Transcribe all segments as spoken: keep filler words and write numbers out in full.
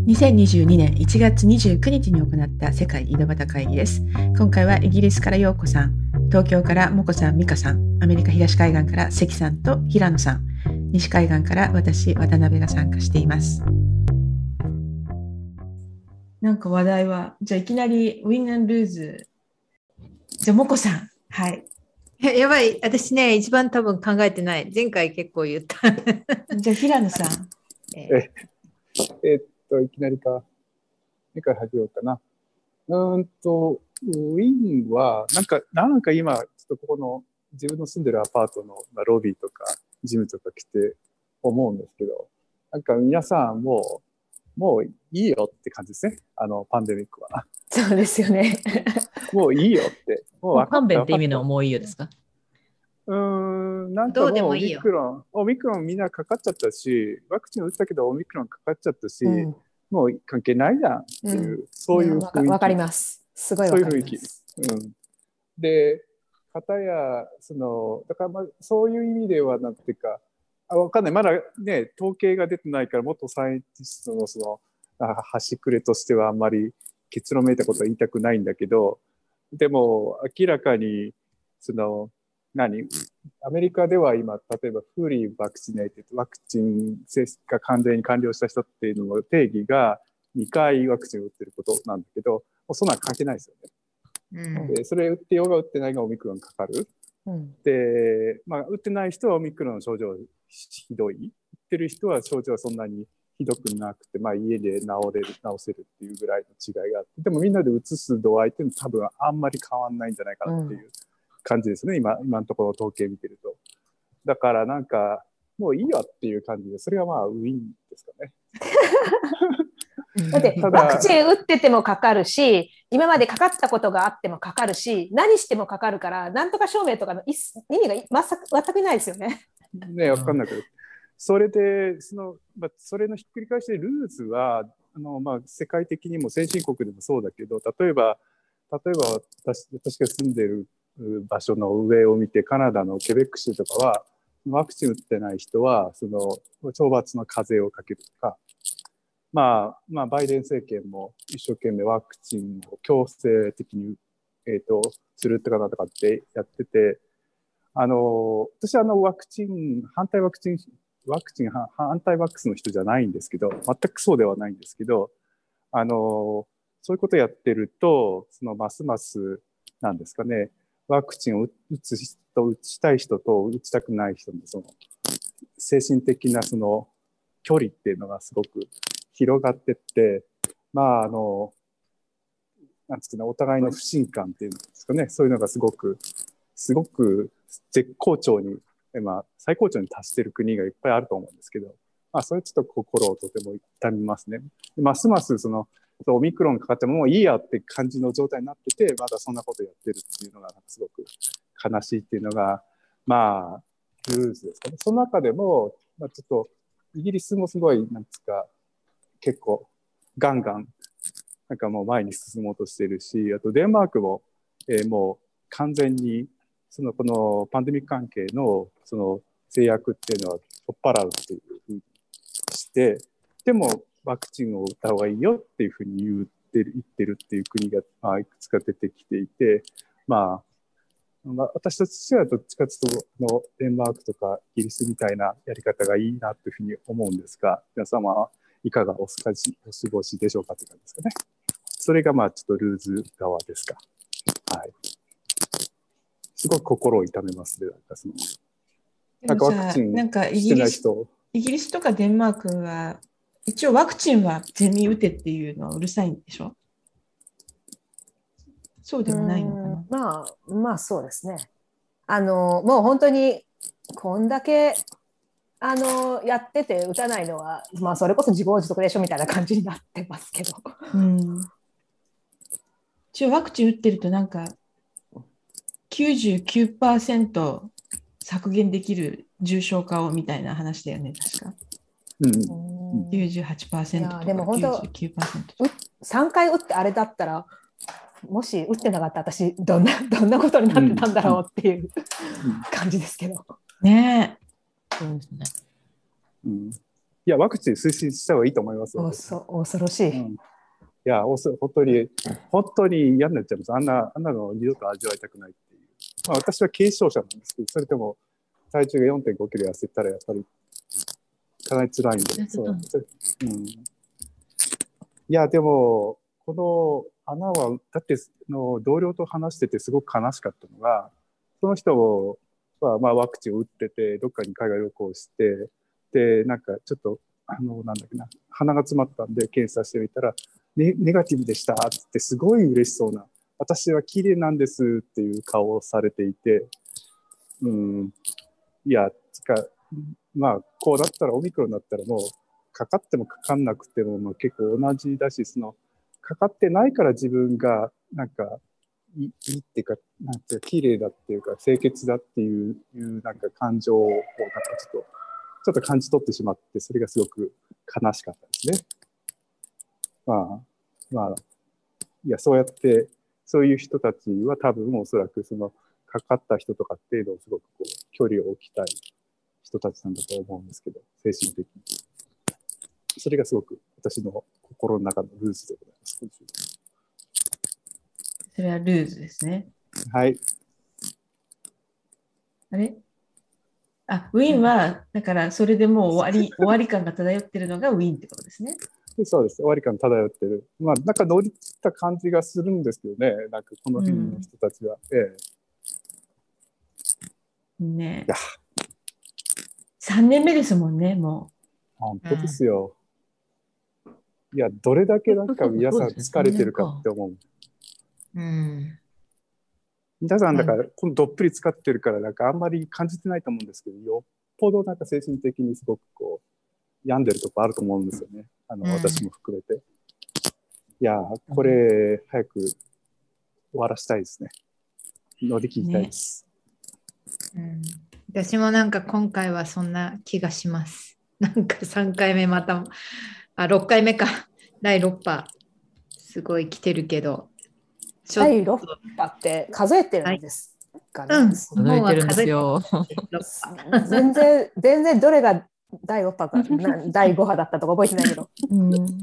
にせんにじゅうにねんいちがつにじゅうくにちに行った世界井戸端会議です。今回はイギリスから陽子さん、東京からもこさん、美香さん、アメリカ東海岸から関さんと平野さん、西海岸から私、渡辺が参加しています。なんか話題は、じゃあいきなりウィン&ルーズ。じゃあもこさん、はい。 や, やばい、私ね、一番多分考えてない。前回結構言った。 じゃあ平野さん。 ええっと、いきなりか。次回始めようかな。うーんと、ウィーンは、なんか、なんか今、ちょっとここの自分の住んでるアパートのロビーとか、ジムとか来て思うんですけど、なんか皆さんもう、もういいよって感じですね。あの、パンデミックは。 そうですよね。 もういいよって。 もう分かった。勘弁って意味のもういいよですか？ うーん、なんかもうオミクロン、オミクロンみんなかかっちゃったし、ワクチン打ったけどオミクロンかかっちゃったし、うん、もう関係ないじゃんっていう、うん、そういう雰囲気。 わかります。すごいわかります。 そういう雰囲気。うん。で、方や、その、だからまあそういう意味ではなんていうか、あ、わかんない。まだね、統計が出てないから、元サイエンティストのその、端くれとしてはあんまり結論めいたことは言いたくないんだけど、でも明らかに、その、何アメリカでは今、例えば、フーリーバクチネイティド、ワクチン接種が完全に完了した人っていうのの定義がにかいワクチンを打ってることなんだけど、もうそんなの関係ないですよね。うん、でそれ打ってようが打ってないがオミクロンかかる。うん、で、まあ、打ってない人はオミクロンの症状ひどい。打ってる人は症状はそんなにひどくなくて、まあ、家で治れる、治せるっていうぐらいの違いがあって、でもみんなで移す度合いっていうのは多分あんまり変わんないんじゃないかなっていう。うん感じですね。今、今のところ統計見てると。だからなんか、もういいよっていう感じで、それがまあ、ウィンですかね。 だってワクチン打っててもかかるし、今までかかったことがあってもかかるし、何してもかかるから、なんとか証明とかの意味が全くないですよね。 ね、わかんなくて。それで、その、まあ、それのひっくり返してルーズは、あの、まあ、世界的にも先進国でもそうだけど、例えば、例えば私、私が住んでる場所の上を見て、カナダのケベック州とかは、ワクチン打ってない人は、その、懲罰の課税をかけるとか、まあ、まあ、バイデン政権も一生懸命ワクチンを強制的に、えっと、するとかなんとかってやってて、あの、私はあの、ワクチン、反対ワクチン、ワクチン、反対ワックスの人じゃないんですけど、全くそうではないんですけど、あの、そういうことをやってると、その、ますます、なんですかね、ワクチンを打つ人、打ちたい人と打ちたくない人のその精神的なその距離っていうのがすごく広がってって、まああの、なんですかね、お互いの不信感っていうんですかね、そういうのがすごく、すごく絶好調に、まあ最高潮に達している国がいっぱいあると思うんですけど、まあそれちょっと心をとても痛みますね。ますますその、オミクロンかかってももういいやって感じの状態になってて、まだそんなことやってるっていうのがすごく悲しいっていうのが、まあ、ルーズですかね。その中でも、まあ、ちょっと、イギリスもすごい、なんですか、結構、ガンガン、なんかもう前に進もうとしてるし、あとデンマークも、えー、もう完全に、その、このパンデミック関係の、その制約っていうのは取っ払うっていうふうにして、でも、ワクチンを打った方がいいよっていうふうに言ってる、言ってるっていう国が、まあ、いくつか出てきていて、まあ、まあ、私たちはどっちかというとのデンマークとかイギリスみたいなやり方がいいなというふうに思うんですが、皆様はいかがお過ごしでしょうかという感じですかね。それがまあちょっとルーズ側ですか。はい。すごく心を痛めますね。なんかそのなんかワクチンしてない人。イギリスとかデンマークは一応ワクチンは全民打てっていうのはうるさいんでしょ？そうでもないのかな。 まあ、まあそうですね。あの、もう本当にこんだけあのやってて打たないのは、まあそれこそ自業自得でしょみたいな感じになってますけど。 うん。一応ワクチン打ってるとなんか きゅうじゅうきゅうパーセント 削減できる重症化をみたいな話だよね、確か。 うん、 きゅうじゅうはちパーセント とかでも本当きゅうじゅうきゅうパーセント。 さんかい打ってあれだったら、もし打ってなかったら私どんなどんなことになってたんだろうっていう感じですけど。 ねえ。そうですね。 うん、 いや、ワクチン推進した方がいいと思いますよ。 おそ恐ろしい。 うん、いや、おそ本当に、本当に嫌になっちゃいます。あんな、あんなの二度と味わいたくないっていう。まあ、私は軽症者なんですけど、それでも体重が よんてんごキロ痩せたらやっぱりかなり辛いんで。そう、うん、いや、でも、この穴は、だっての同僚と話しててすごく悲しかったのが、その人はまあワクチンを打ってて、どっかに海外旅行して、で、なんかちょっと、あの、なんだっけな、鼻が詰まったんで検査してみたら、ね、ネガティブでしたってすごい嬉しそうな、私は綺麗なんですっていう顔をされていて、うん、いや、つか、まあ、こうだったら、オミクロンだったらもう、かかってもかかんなくても、まあ、結構同じだし、その、かかってないから自分が、なんか、いいっていうか、なんていうか、綺麗だっていうか、清潔だっていう、いうなんか感情を、なんかちょっと、ちょっと感じ取ってしまって、それがすごく悲しかったですね。まあ、まあ、いや、そうやって、そういう人たちは多分おそらく、その、かかった人とかっていうのをすごくこう、距離を置きたい人たちなんだと思うんですけど、精神的に。それがすごく私の心の中のルーズでございます。 それはルーズですね。 はい。 あれあ、ウィンは、だからそれでもう終わり、終わり感が漂ってるのがウィンってことですね。 そうです。終わり感漂ってる。まあ、なんか乗り切った感じがするんですけどね。なんかこの辺の人たちは。うん、ええ。ねえ。いや。 さんねんめですもんね、もう。本当ですよ。うん、いや、どれだけなんか皆さん疲れてるかって思う。 うん。 皆さんだから、このどっぷり使ってるから、なんかあんまり感じてないと思うんですけど、よっぽどなんか精神的にすごくこう、病んでるとこあると思うんですよね。あの、うん、私も含めて。いや、これ、早く終わらしたいですね。乗り切りたいです、 ね。うん。私もなんか今回はそんな気がします。なんかさんかいめまた、あ、ろっかいめか。だいろく波。すごい来てるけど。 だいろく波って数えてるんですかね。 はい、うん、数えてるんですよ。 全然、全然どれがだいろく波か、だいご波だったとか覚えてないけど。 うん、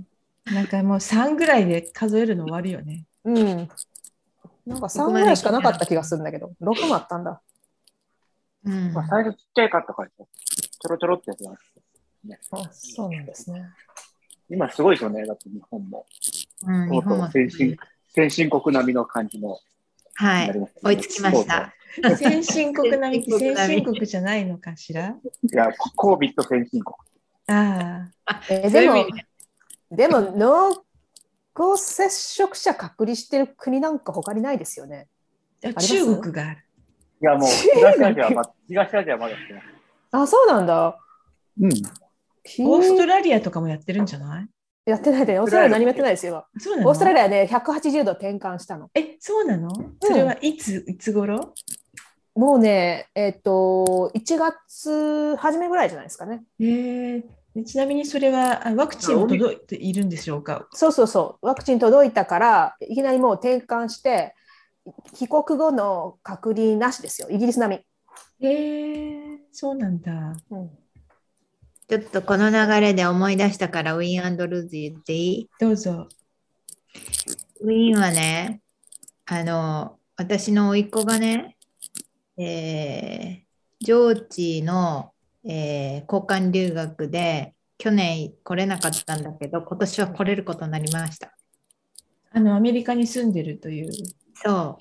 なんかもうさんぐらいで数えるの終わるよね。 うん。なんかさんぐらいしかなかった気がするんだけど、ろくもあったんだ。 うん、まあ、最初ちっちゃいかったから、ちょろちょろってやつなんですね。あ、そうなんですね。 今すごいですよね、だって日本も。 うん、日本も先進先進国並みの感じの、ね。 はい、追いつきました。 先進国並みって先進国じゃないのかしら。いや、コービット先進国。 ああ。 えでも、でも濃厚接触者隔離してる国なんか他にないですよね。 中国がある。 いや、もう東アジアは、ま、東アジアはまだしてない。 あ、そうなんだ。 うん。 オーストラリアとかもやってるんじゃない？ やってないで、オーストラリア何もやってないですよ。 そうなの？ オーストラリアね、ひゃくはちじゅうど転換したの。 え、そうなの？それはいつ、いつ頃？ もうね、えっと、いちがつ初めぐらいじゃないですかね。 えー、ちなみにそれはワクチンも届いているんでしょうか？ そうそうそう。ワクチン届いたから、いきなりもう転換して、帰国後の隔離なしですよ。イギリス並み。えー、そうなんだ。 うん、 ちょっとこの流れで思い出したからウィン&ルーズ言っていい？ どうぞ。 ウィンはね、あの、私の甥っ子がね、えー、上智の、えー、交換留学で去年来れなかったんだけど、今年は来れることになりました。 あの、アメリカに住んでるという。 そう。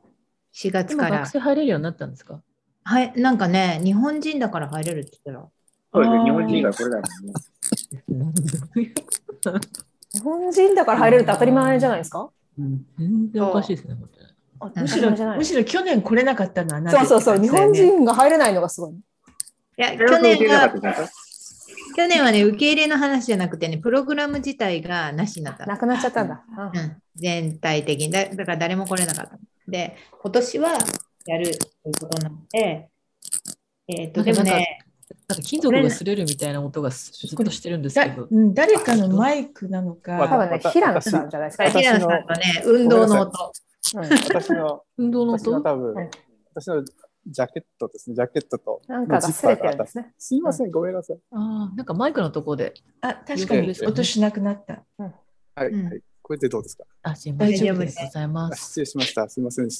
しがつから。 今学生入れるようになったんですか？ はい、なんかね、日本人だから入れるって言ったら。 そうですね、日本人がこれだもんね。 日本人だから入れるって当たり前じゃないですか？ うん、全然おかしいですね。 むしろ、むしろ去年来れなかったのはなぜ？そうそうそう、日本人が入れないのがすごい。 いや、去年は、去年はね、受け入れの話じゃなくてね、プログラム自体がなしになった。 なくなっちゃったんだ。 うん、全体的にだ。だから誰も来れなかった。で、今年はやるということなので、えっと、でもね、 なんか金属が擦れるみたいな音がずっとしてるんですけど。 誰かのマイクなのか。 多分ね、平野さんじゃないですか。 平野さんのね、運動の音。 私の、 運動の音多分、私のジャケットですね。ジャケットと。 なんかが擦れてるんですね。 すいません、ごめんなさい。 ああ、なんかマイクのところで。 あ、確かに音しなくなった。 はい、 うんはい。これでどうですか？ あ、すいません。 大丈夫ありがとうございまあす。 失礼しました。すいませんでした。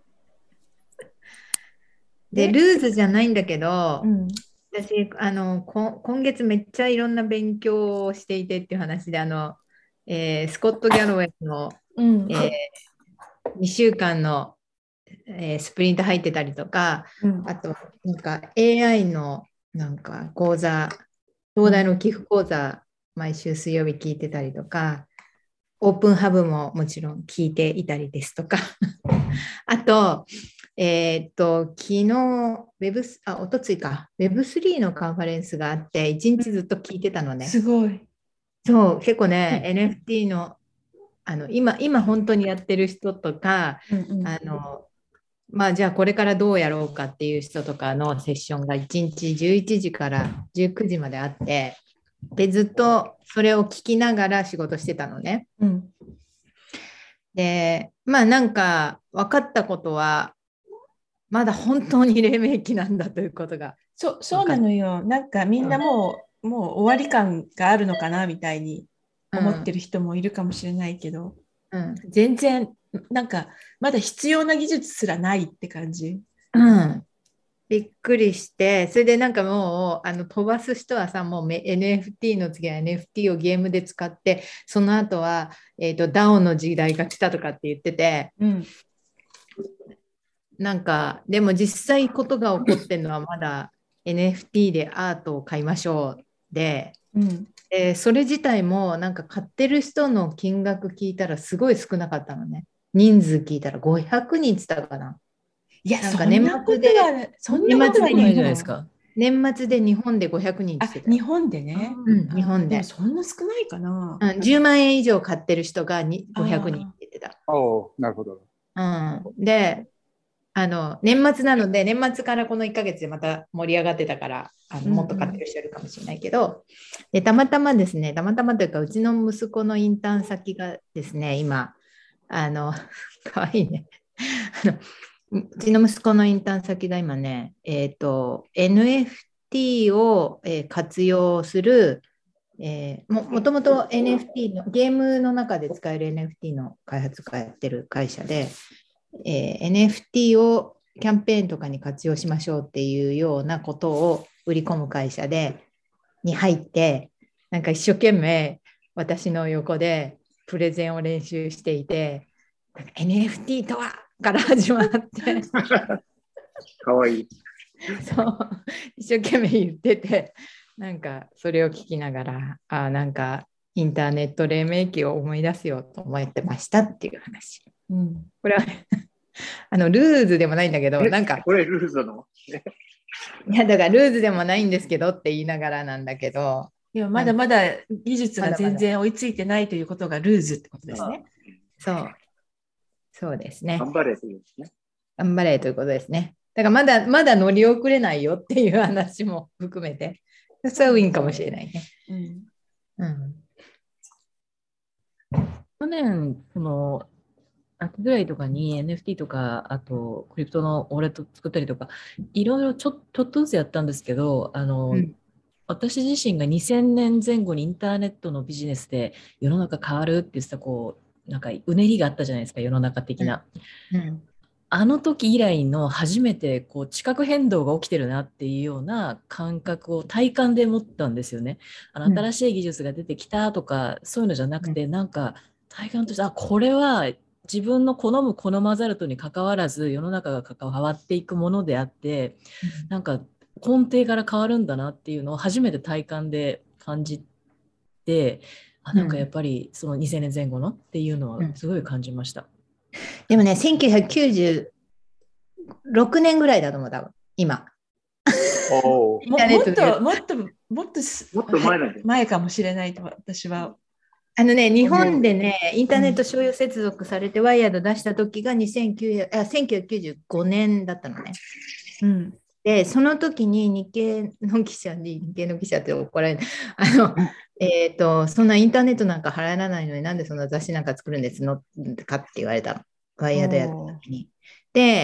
で、ルーズじゃないんだけど、 うん。 私、あの、こ今月めっちゃいろんな勉強をしていてっていう話で、あの、えースコット・ギャロウェイの、 うん。 えーにしゅうかんの、えースプリント入ってたりとか、 うんあと、なんか エーアイ のなんか講座、東大の寄付講座、毎週水曜日聞いてたりとか、オープンハブももちろん聞いていたりですとか、あと、えーっと、昨日、ウェブス、あ、おとついか、ウェブスリー のカンファレンスがあって、一日ずっと聞いてたのね。 すごい。 そう、結構ね、エヌエフティー の、あの、今、今本当にやってる人とか、 うんうん。 あの、まあ、じゃあこれからどうやろうかっていう人とかのセッションがいちにちじゅういちじからじゅうくじまであって、で、ずっとそれを聞きながら仕事してたのね。 うん。 で、まあなんか分かったことは、まだ本当に黎明期なんだということが。 そう、そうなのよ。なんかみんなもう、もう終わり感があるのかなみたいに思ってる人もいるかもしれないけど、 うん、 全然、なんかまだ必要な技術すらないって感じ。 うんびっくりして、それでなんかもうあの飛ばす人はさ、もう エヌエフティー の次は エヌエフティー をゲームで使って、その後は、えーと、ダオ の時代が来たとかって言ってて、 うん。 なんか、でも実際ことが起こってるのはまだ エヌエフティー でアートを買いましょうで、 うん。 えーそれ自体もなんか買ってる人の金額聞いたらすごい少なかったのね。人数聞いたらごひゃくにんって言ったかな。 いや、 なんか年そんなこと末では、そんなことは年末でないないじゃないですか。 年末で日本でごひゃくにんってあ、 言ってた。 日本でね。 うん、日本ででも。そんな少ないかな。 うん、じゅうまんえん以上買ってる人がにごひゃくにんって言ってた。 おお、なるほど。 うん、で、あの年末なので、年末からこのいっかげつでまた盛り上がってたから、あのもっと買ってる人いるかもしれないけど、でたまたまですね、たまたまというか、うちの息子のインターン先がですね、今、あの、かわいいね。あのうちの息子のインターン先が今ね、えっと、エヌエフティー を、えー活用する、えーももともと エヌエフティー のゲームの中で使える エヌエフティー の開発家やってる会社で、えー エヌエフティー をキャンペーンとかに活用しましょうっていうようなことを売り込む会社でに入って、なんか一生懸命私の横でプレゼンを練習していて、エヌエフティー とはから始まってかわいい。 そう一生懸命言ってて、なんかそれを聞きながら、あなんかインターネット黎明期を思い出すよと思ってましたっていう話。 うん。 これはあのルーズでもないんだけど、なんかこれルーズなの？ いやだからルーズでもないんですけどって言いながらなんだけど、 いや、まだまだ技術がまだまだ全然追いついてないということがルーズってことですね。 そうそうですね。 頑張れというですね。 頑張れということですね。だからまだまだ乗り遅れないよっていう話も含めて、それはウィンかもしれないね。 うん。 うん去年、その、秋ぐらいとかに エヌエフティー とか、あと、クリプトのウォレット作ったりとか、いろいろちょ、ちょっとずつやったんですけど、あの、 うん私自身がにせんねんぜん後にインターネットのビジネスで世の中変わるって言ってた、こう、なんかうねりがあったじゃないですか、世の中的な。 うんあの時以来の初めてこう地殻変動が起きてるなっていうような感覚を体感で持ったんですよね。あのうん新しい技術が出てきたとかそういうのじゃなくて、なんか体感として、あ、これは自分の好む好まざるとに関わらず世の中が関わっていくものであって、なんか根底から変わるんだなっていうのを初めて体感で感じて、あ、なんかやっぱりそのにせんねんぜん後のっていうのはすごい感じました。 でもね、せんきゅうひゃくきゅうじゅうろくねんぐらいだと思う、多分今。 おお。 ももっと、もっと、もっとすもっと前なんだよ前かもしれないと私は。 あのね、日本でね、インターネット商用接続されてワイヤード出した時がにせんきゅうひゃくあせんきゅうひゃくきゅうじゅうごねんだったのね。 うん。 で、その時に日経の記者に、日経の記者って怒られる。あの、えっと、そんなインターネットなんか払えらないのになんでそんな雑誌なんか作るんですのかって言われたの。ワイヤードやった時に。で、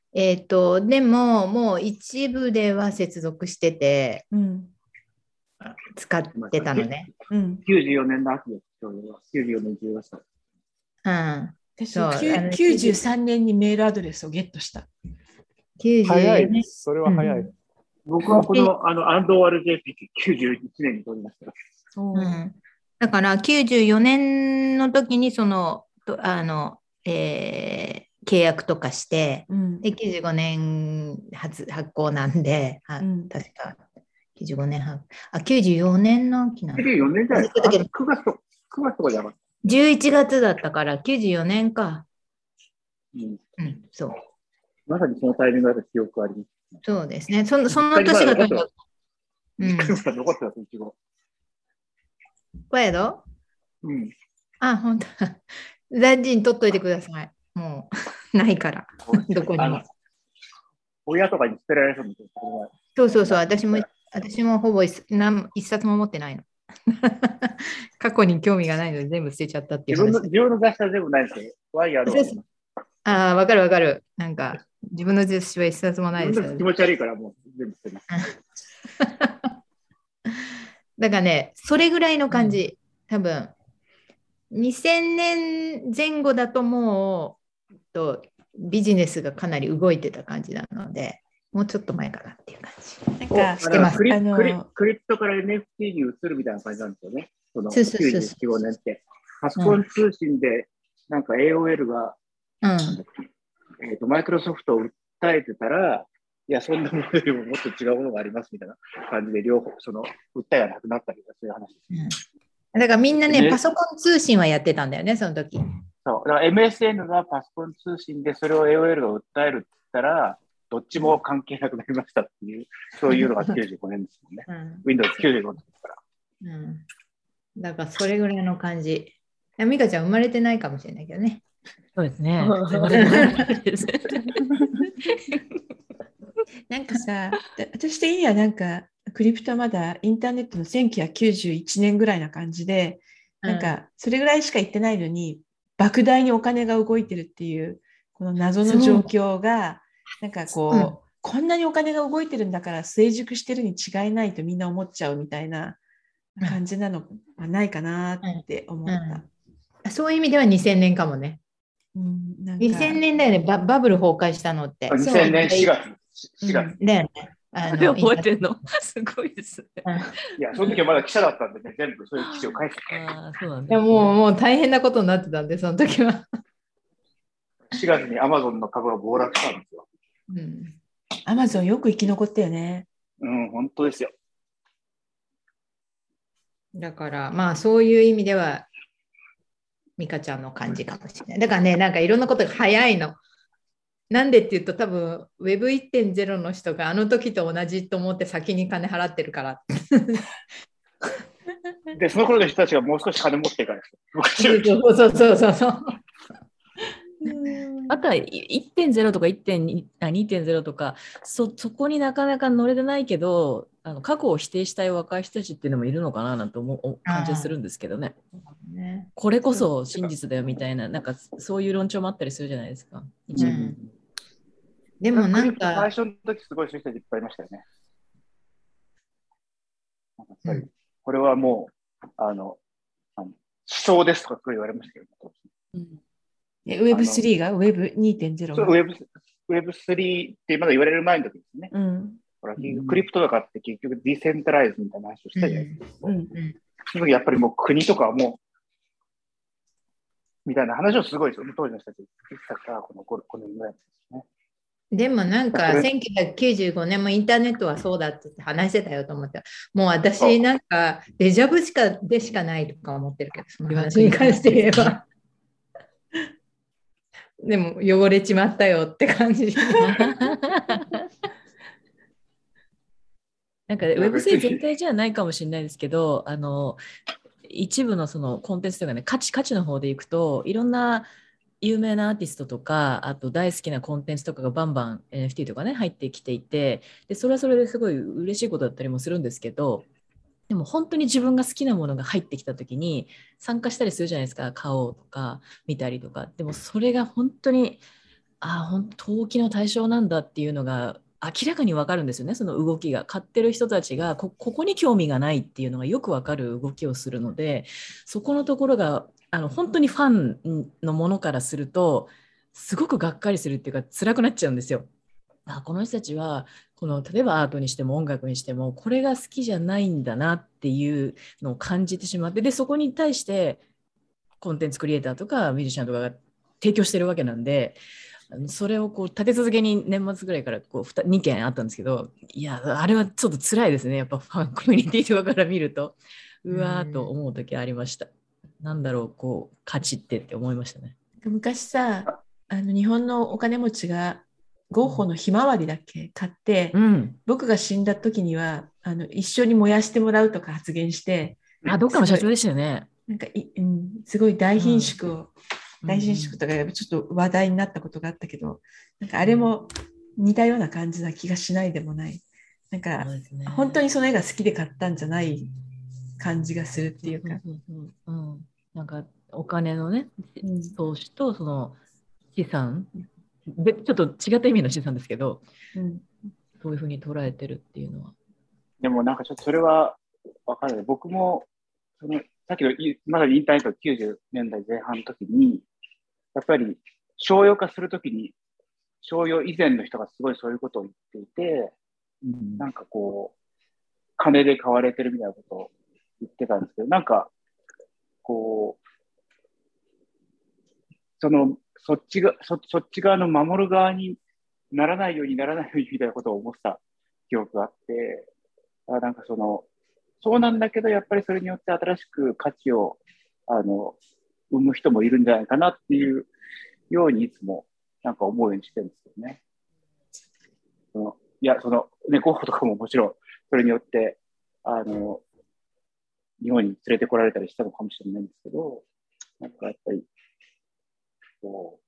えっと、でも、もう一部では接続してて、 うん使ってたのね。 うんきゅうじゅうよねんの秋です、ちょうどきゅうじゅうよねんじゅうがつ。 うん。 私そうきゅうあのきゅうじゅうさんねんにメールアドレスをゲットした。 きゅうじゅう早よねん。 い。それは早い。 僕はこの、あの、アンドワル ジェーピー きゅうじゅういちねんに取りました。 そううん、だからきゅうじゅうよねんの時にその、とあの、えー契約とかして、 うんできゅうじゅうごねん発発行なんで、あうん確かきゅうじゅうごねんはあ、きゅうじゅうよねんの秋なんきゅうだ。 じゅうよねんじゃないですか。 だけどくがつと、くがつとかじゃなかった。 じゅういちがつだったからきゅうじゅうよねんか。 うん。 うん、そう。 まさにそのタイミングだった記憶あります。 そうですね。そのその年がとにかく。うん。 実家にまだ残ってます、いちご。 これやろうん。 あ、本当。大事に取っといてください。もう、ないから。どこにもあの。親とかに捨てられそうに。こそうそうそう、私も、私もほぼ一何一冊も持ってないの。過去に興味がないので全部捨てちゃったっていう自分の、 話。 自分の雑誌は全部ないんですよ。ワイヤードは。自ああ、わかるわかる。なんか、自分の実施は一冊もないですよ分の気持ち悪いからもう全部捨てます。 だからね、それぐらいの感じ。多分、にせんねんぜん後だともう、とビジネスがかなり動いてた感じなので、もうちょっと前かなっていう感じ。 なんかしてますクリあのクリクリプトから エヌエフティー に移るみたいな感じなんですよね。そのそうそうそうそうきゅうじゅうよん、ごねんって。パソコン通信で、なんか エーオーエル が、 うん。 えっと、マイクロソフトを訴えてたら、いや、そんなものよりももっと違うものがありますみたいな感じで、両方、その、訴えがなくなったりとか、そういう話です。 だからみんなね、 ねパソコン通信はやってたんだよね、その時。 そう。だから エムエスエヌ がパソコン通信でそれを エーオーエル が訴えるって言ったら、どっちも関係なくなりましたっていう、そういうのがきゅうじゅうごねんですもんね。 うんウィンドウズきゅうじゅうごねんですから。 うん、だからそれぐらいの感じ。いや美香ちゃん生まれてないかもしれないけどね。 そうですね。生まれてないです。 なんかさ、私的にはなんかクリプトはまだインターネットのせんきゅうひゃくきゅうじゅういちねんぐらいな感じで、なんかそれぐらいしか言ってないのに、莫大にお金が動いてるっていうこの謎の状況が、なんかこう、うん、こんなにお金が動いてるんだから成熟してるに違いないとみんな思っちゃうみたいな感じなのはないかなって思った。 うんうん、そういう意味ではにせんねんかもね。うん、なんかにせんねんだよねバ、バブル崩壊したのって。 にせんねんしがつ。しがつ。 うん、だよね。 あの覚えてるのすごいです。 いや、その時はまだ記者だったんでね、全部そういう記事を書いてた。あそうなんですね、いやもう、もう大変なことになってたんで、その時は。 しがつにアマゾンの株が暴落したんですよ。 うん。アマゾンよく生き残ったよね。 うん、本当ですよ。 だから、まあそういう意味では、美香ちゃんの感じかもしれない。だからね、なんかいろんなことが早いの。なんでって言うと多分 ウェブいってんゼロ の人があの時と同じと思って先に金払ってるから。 で、その頃の人たちがもう少し金持ってるからですよ。 そうそうそうそうそう。 あとは いってんゼロ とか いってんに にてんゼロ とか そ, そこになかなか乗れてないけどあの過去を否定したい若い人たちっていうのもいるのかななんて思う感じはするんですけどね。ねこれこそ真実だよみたいななんかそういう論調もあったりするじゃないですか。一部、うん、 でもなんか最初の時すごいそういう人いっぱいいましたよね。なんかやっぱりこれはもうあのあの思想ですとか言われましたけど、 うんウェブスリー が ウェブにてんゼロ がウェブ、ウェブスリー ってまだ言われる前の時ですね。 うん、 ほらクリプトとかって結局ディセントライズみたいな話をしたじゃないですか。うんうん、その時やっぱりもう国とかはもうみたいな話をすごい当時の人たち言ってたからこのこのぐらいですね。 でもなんかせんきゅうひゃくきゅうじゅうごねんもインターネットはそうだって話してたよと思って、もう私なんかデジャブしかでしかないとか思ってるけど、その話に関して言えば。でも汚れちまったよって感じ。 なんか ウェブスリー 全体じゃないかもしれないですけど、あの一部のそのコンテンツとかね、価値価値の方でいくと、いろんな有名なアーティストとか、あと大好きなコンテンツとかがバンバン エヌエフティー とかね入ってきていて、でそれはそれですごい嬉しいことだったりもするんですけど。でも本当に自分が好きなものが入ってきたときに参加したりするじゃないですか、買おうとか見たりとか。でもそれが本当にあ本当投機の対象なんだっていうのが明らかに分かるんですよね。その動きが買ってる人たちが こ, ここに興味がないっていうのがよく分かる動きをするので、そこのところがあの本当にファンのものからするとすごくがっかりするっていうか辛くなっちゃうんですよ。あこの人たちはこの例えばアートにしても音楽にしてもこれが好きじゃないんだなっていうのを感じてしまって、でそこに対してコンテンツクリエイターとかミュージシャンとかが提供してるわけなんで、それをこう立て続けに年末ぐらいからこうにけんあったんですけど、いやあれはちょっと辛いですね。やっぱファンコミュニティとかから見るとうわーと思う時ありました。なんだろうこう価値ってって思いましたね。 昔さあの日本のお金持ちがゴッホのひまわりだっけ買って、うん、僕が死んだ時にはあの一緒に燃やしてもらうとか発言して、 あどっかの社長でしたよね。 なんかい、うん、すごい大貧縮を、うん、大貧縮とかちょっと話題になったことがあったけど、なんかあれも似たような感じな気がしないでもない。なんか、ね、本当にその絵が好きで買ったんじゃない感じがするっていうか、 うんうんうん、なんかお金のね投資とその資産でちょっと違った意味の資産ですけど、うん、そういうふうに捉えてるっていうのは。 でもなんかちょっとそれは分かる。僕もそのさっきのまだインターネットきゅうじゅうねんだいぜん半の時にやっぱり商用化する時に商用以前の人がすごいそういうことを言っていて、うん、なんかこう金で買われてるみたいなことを言ってたんですけど、なんかこうそのそっちが そ, そっち側の守る側にならないようにならないようにみたいなことを思った記憶があって、なんかそのそうなんだけどやっぱりそれによって新しく価値をあの生む人もいるんじゃないかなっていうようにいつもなんか思うようにしてるんですよね。そのいやそのねゴッホとかももちろんそれによってあの日本に連れてこられたりしたのかもしれないんですけど、なんかやっぱりこ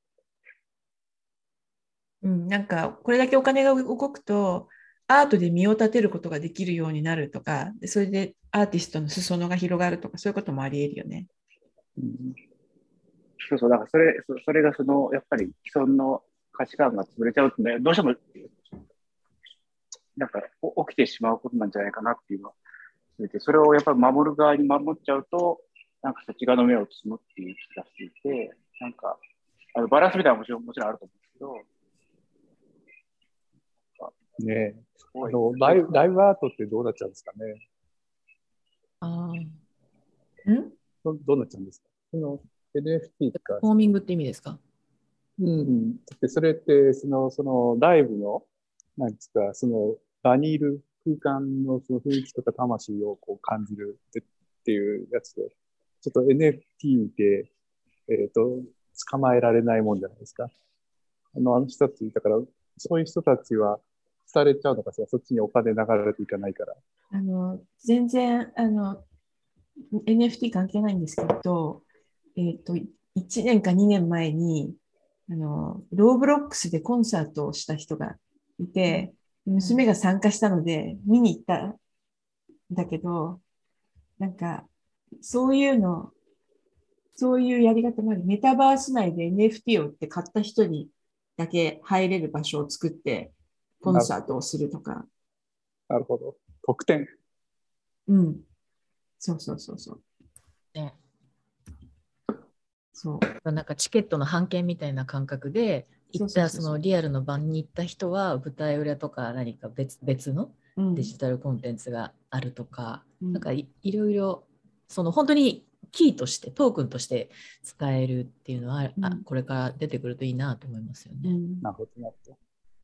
う、うん、なんかこれだけお金が動くとアートで身を立てることができるようになるとか、それでアーティストの裾野が広がるとか、そういうこともあり得るよね。 うん、そうそう、だからそれ、それがそのやっぱり既存の価値観が潰れちゃうとね、どうしてもなんか起きてしまうことなんじゃないかなっていうのは、それをやっぱり守る側に守っちゃうと、なんかそっち側の目をつむっていう気がしていて、なんかあのバランスみたいなのはもちろんもちろんあると思うんですけど。 ねえ、あのライブ、ライブアートってどうなっちゃうんですかね。 あんどどうなっちゃうんですか。その エヌエフティー とか。 フォーミングって意味ですか。 うん。でそれってそのそのライブのなんですか、その場にいる空間のその雰囲気とか魂をこう感じるってっていうやつで、ちょっと エヌエフティー でえっと捕まえられないもんじゃないですか。あのあの人たちだからそういう人たちはされちゃうのかしら、そっちにお金流れていかないから。 あの全然あの エヌエフティー 関係ないんですけど、えっと、いちねんかにねんまえにあのローブロックスでコンサートをした人がいて、娘が参加したので見に行ったんだけど、なんかそういうの、そういうやり方もあり、メタバース内で エヌエフティー を売って買った人にだけ入れる場所を作ってコンサートをするとか。 なるほど。特典。 うん。そうそうそうそう。 ね。 そう。 なんかチケットの半券みたいな感覚で行ったそのリアルの場に行った人は舞台裏とか何か 別, 別のデジタルコンテンツがあるとか、うん、なんか い, いろいろその本当にキーとしてトークンとして使えるっていうのは、うん、あこれから出てくるといいなと思いますよね。うん、 なるほどなるほど。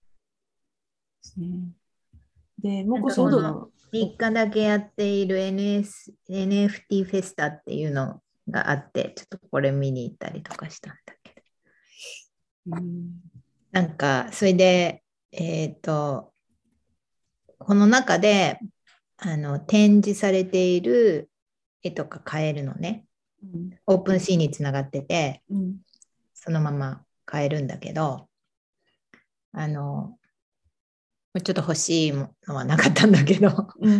で、もこそのみっかだけやっている エヌエス エヌエフティー フェスタっていうのがあって、ちょっとこれ見に行ったりとかしたんだけど。うん、なんか、それで、えっと、この中であの展示されている絵とか買えるのね。うん、オープンシーにつながってて、うん、そのまま買えるんだけど、あの、ちょっと欲しいのはなかったんだけど、うん、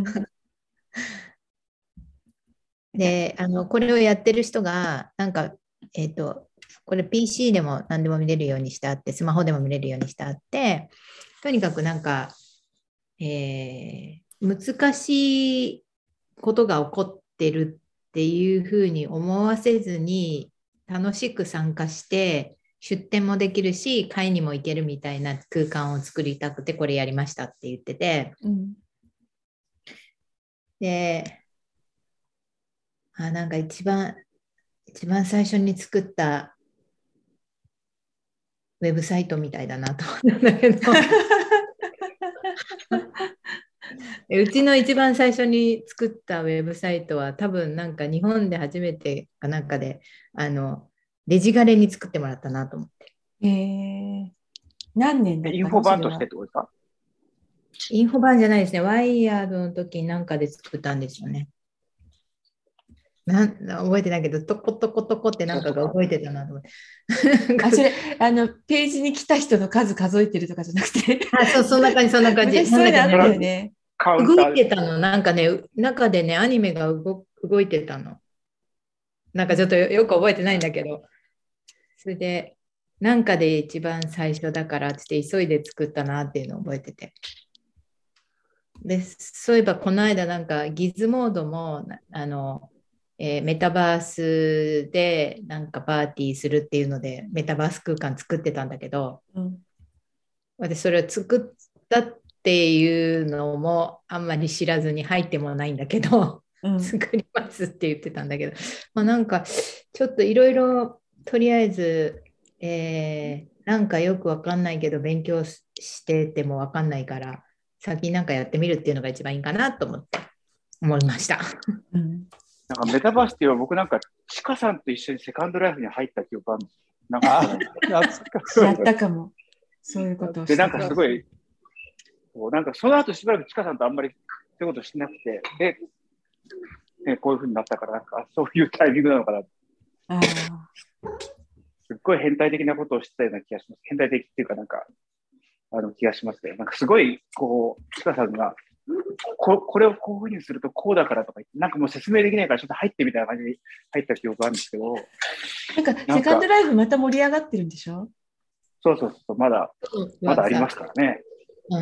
であのこれをやってる人がなんか、えーと、 これ ピーシー でも何でも見れるようにしてあって、スマホでも見れるようにしてあって、とにかくなんか、えー、難しいことが起こってるっていうふうに思わせずに、楽しく参加して、出店もできるし、会にも行けるみたいな空間を作りたくて、これやりましたって言ってて、うん、で、あ、なんか一番、一番最初に作ったウェブサイトみたいだなと思ったんだけどうちの一番最初に作ったウェブサイトは多分なんか日本で初めてかなんかであのデジガレに作ってもらったなと思って。 えー、何年だったの？ インフォ版としてってことですか？ インフォ版じゃないですね。ワイヤードの時なんかで作ったんですよね。なん覚えてないけど、トコトコトコってなんかが動いてたなと思って。 あ、それ、あの、ページに来た人の数数えてるとかじゃなくて。 あ、そう、そんな感じ、そんな感じ。 そういうのあったよね。 動いてたの、なんかね、中でね、アニメが動動いてたの。なんかちょっと よ, よく覚えてないんだけど。それで、なんかで一番最初だからって急いで作ったなっていうのを覚えてて。で、そういえばこの間なんかギズモードも、あの、えー、メタバースでなんかパーティーするっていうのでメタバース空間作ってたんだけど、うん、私それを作ったっていうのもあんまり知らずに入ってもないんだけど、うん、作りますって言ってたんだけど、まあ、なんかちょっといろいろとりあえず、えー、なんかよくわかんないけど勉強しててもわかんないから先なんかやってみるっていうのが一番いいかなと思って思いました。うんなんかメタバースっていうのは僕なんかチカさんと一緒にセカンドライフに入った記憶あるんです。なんかやったかも。そういうことをしてで、なんかすごい、なんかその後しばらくチカさんとあんまりそういうことしてなくて、で、ね、こういうふうになったから、なんかそういうタイミングなのかな。あすっごい変態的なことをしてたような気がします。変態的っていうかなんか、あの気がしますね。なんかすごい、こう、チカさんが、こ, これをこういうふうにするとこうだからとか言って、なんかもう説明できないからちょっと入ってみたいな感じに入った記憶があるんですけど。 なんかセカンドライフまた盛り上がってるんでしょ？ そうそうそう、まだ、まだありますからね。 うん。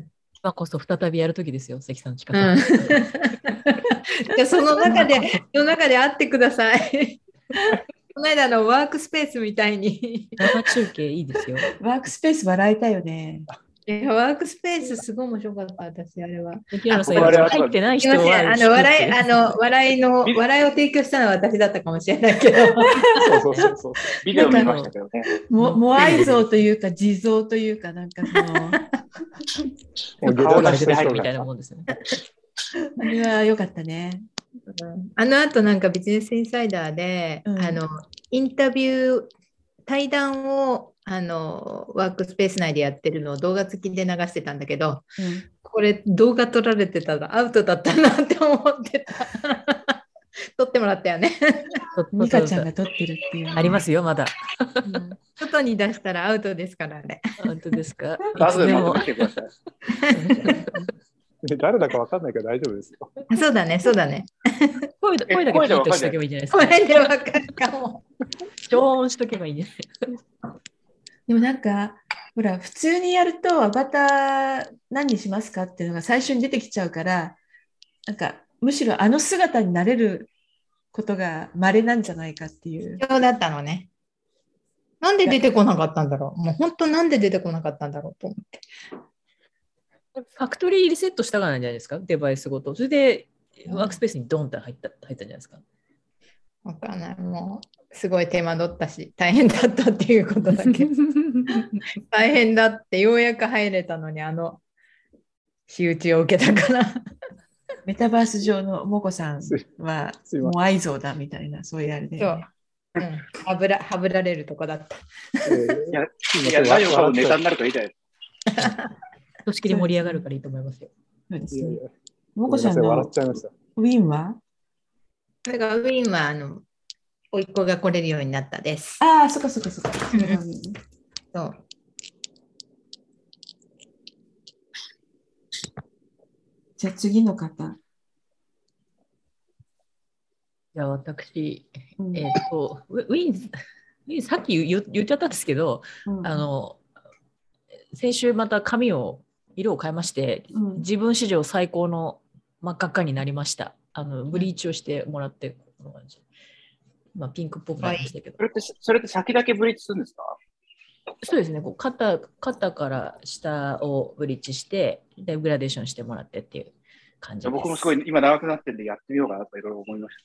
今こそ再びやるときですよ、関さん、近さん。うん、 じゃその中で、その中で会ってください。この間のワークスペースみたいに。 生中継いいですよ。 ワークスペース笑えたよね。 いやワークスペースすごい面白かった、私、あれは。 平野さん、入ってない人は。 あの笑い、あの笑いの、笑いを提供したのは私だったかもしれないけど。そうそうそうそう。ビデオ見ましたけどね。 も、モアイ像というか、地蔵というか、なんかその。 顔出して入るみたいなもんですよね。 あれは良かったね。 あの後なんかビジネスインサイダーで、うん、あのインタビュー対談をあのワークスペース内でやってるのを動画付きで流してたんだけど、うん、これ動画撮られてたらアウトだったなって思ってた。撮ってもらったよね。 ミカちゃんが撮ってるっていう、ね、 ありますよまだ、 うん、外に出したらアウトですからね。 本当ですか。 いつでも来てください。 誰だか分かんないから大丈夫ですよ。 そうだね、そうだね。 声, 声だけピッとしとけばいいじゃないですか。 声で分かるかも。 超音しとけばいいね。 でもなんか、ほら、普通にやるとアバター何にしますかっていうのが最初に出てきちゃうから、なんか、むしろあの姿になれることが稀なんじゃないかっていう。 そうだったのね。なんで出てこなかったんだろう。もう本当なんで出てこなかったんだろうと思って。 ファクトリーリセットしたからなんじゃないですか、デバイスごと。それでワークスペースにドンって入った、入ったんじゃないですか。 わかんない。もうすごい手間取ったし、大変だったっていうことだけど。大変だって、ようやく入れたのに、あの仕打ちを受けたから。 メタバース上のモコさんはモアイ像だみたいな、そういうあれで、ね。 そう。うん。はぶら、はぶられるとこだった。 えー、いや、いや大丈夫、ネタになるからいいじゃないですか。 組織で盛り上がるからいいと思いますよ。 そうですね。もこちゃんのウィンはそれがウィンはあの甥っ子が来れるようになったです。 ああ、そっかそっかそっか。 そう。 じゃあ次の方。 じゃあ私、うん、えっ、ー、と、ウィン、 さっき言言っちゃったんですけど、うん、あの先週また髪を色を変えまして、うん、自分史上最高の真っ赤っかになりました。あのブリーチをしてもらって、この感じ。まあ、ピンクっぽくなりましたけど。 それって、それって先だけブリーチするんですか？ そうですね。こう 肩, 肩から下をブリーチして、でグラデーションしてもらってっていう感じです。 僕もすごい今長くなってるんでやってみようかなといろいろ思いました。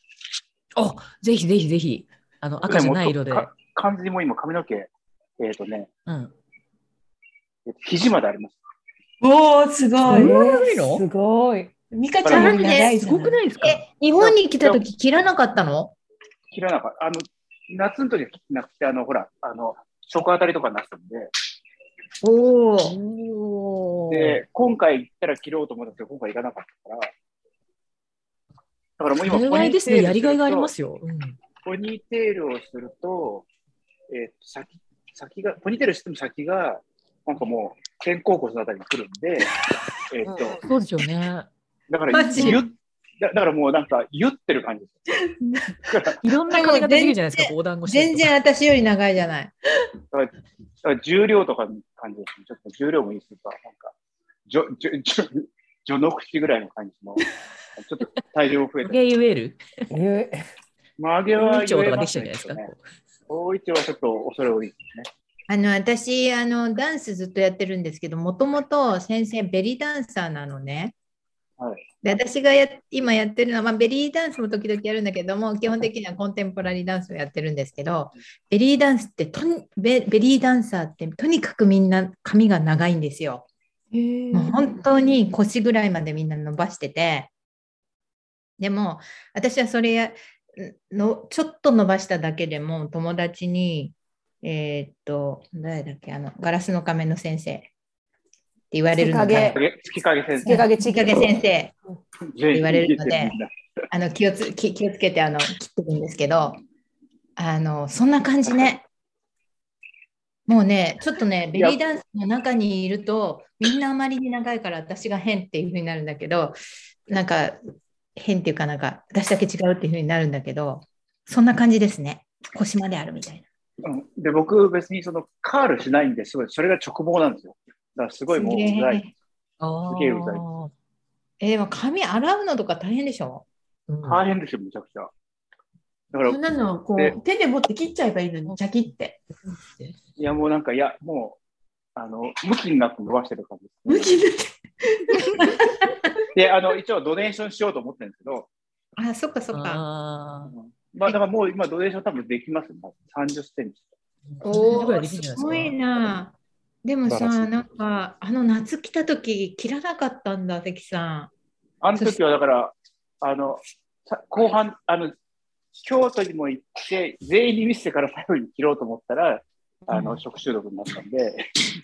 お、ぜひぜひぜひ。あの赤じゃない色で。 完全にもう今髪の毛、えっ、ー、とね、 うんえー、肘まであります。 おー、すごい。 すごい。 ミカちゃんより長いじゃない。 すごくないですか？ え、日本に来た時切らなかったの？ 切らなかった。あの、夏の時は切ってなくて、あの、ほら、あの、食あたりとかになってたんで。 おお。で、今回行ったら切ろうと思ったけど、今回行かなかったから。だからもう今、 ポニーテールですね。やりがいがありますよ。うん、 ポニーテールをすると、えー、先、先が、ポニーテールしても先が、なんかもう、肩甲骨のあたりに来るんで、えっと、 そうですよね。 だから、ゆっだ, だからもうなんか言ってる感じですよ。 いろんな髪型できるじゃないですか、横断後して。 全然私より長いじゃない。 だからだから重量とかの感じですね。ちょっと重量もいいですか、なんか、じょ、じょ、じょ、序の口ぐらいの感じの、ちょっと体重も増えて。 曲げ言える曲げは言えますね。大一丁とかできちゃうじゃないですか。 大一丁はちょっと恐れ多いですね。 あの、私、あの、ダンスずっとやってるんですけど、もともと先生、ベリーダンサーなのね。 はい、 で私がや今やってるのは、まあ、ベリーダンスも時々やるんだけども、基本的にはコンテンポラリーダンスをやってるんですけど、ベリーダンスってとにベ、ベリーダンサーってとにかくみんな髪が長いんですよ。もう本当に腰ぐらいまでみんな伸ばしてて、でも私はそれやのちょっと伸ばしただけでも友達に、えー、っと、誰だっけ、あの、ガラスの仮面の先生。って言われるので、 月影先生。 月影先生って言われるので、あの気をつ気気をつけてあの切ってるんですけど、あのそんな感じね。もうね、ちょっとね、ベリーダンスの中にいると、みんなあまりに長いから私が変っていう風になるんだけど、なんか変っていうかなんか私だけ違うっていう風になるんだけど、そんな感じですね。腰まであるみたいな。うん、で、僕別にそのカールしないんですごい、それが直毛なんですよ。だからすごいもううざい。すげえうざい。 えー、でも髪洗うのとか大変でしょ？ うん、大変ですよ、めちゃくちゃ。 だからそんなのこう手で持って切っちゃえばいいのに、チャキって。 いや、もうなんか、いや、もう、あの、向きになって伸ばしてる感じです、 ね。向きになってで、あの、一応ドネーションしようと思ってるんですけど。 あ、そっかそっか。 あまあ、だからもう今ドネーション多分できますね。さんじゅっセンチ。 おー、すごいな。でもさ、なんか、あの夏来た時切らなかったんだ、関さん。 あの時はだから、あの、後半、あの、京都にも行って、全員に見せてから最後に切ろうと思ったら、あの、うん、食中毒になったんで、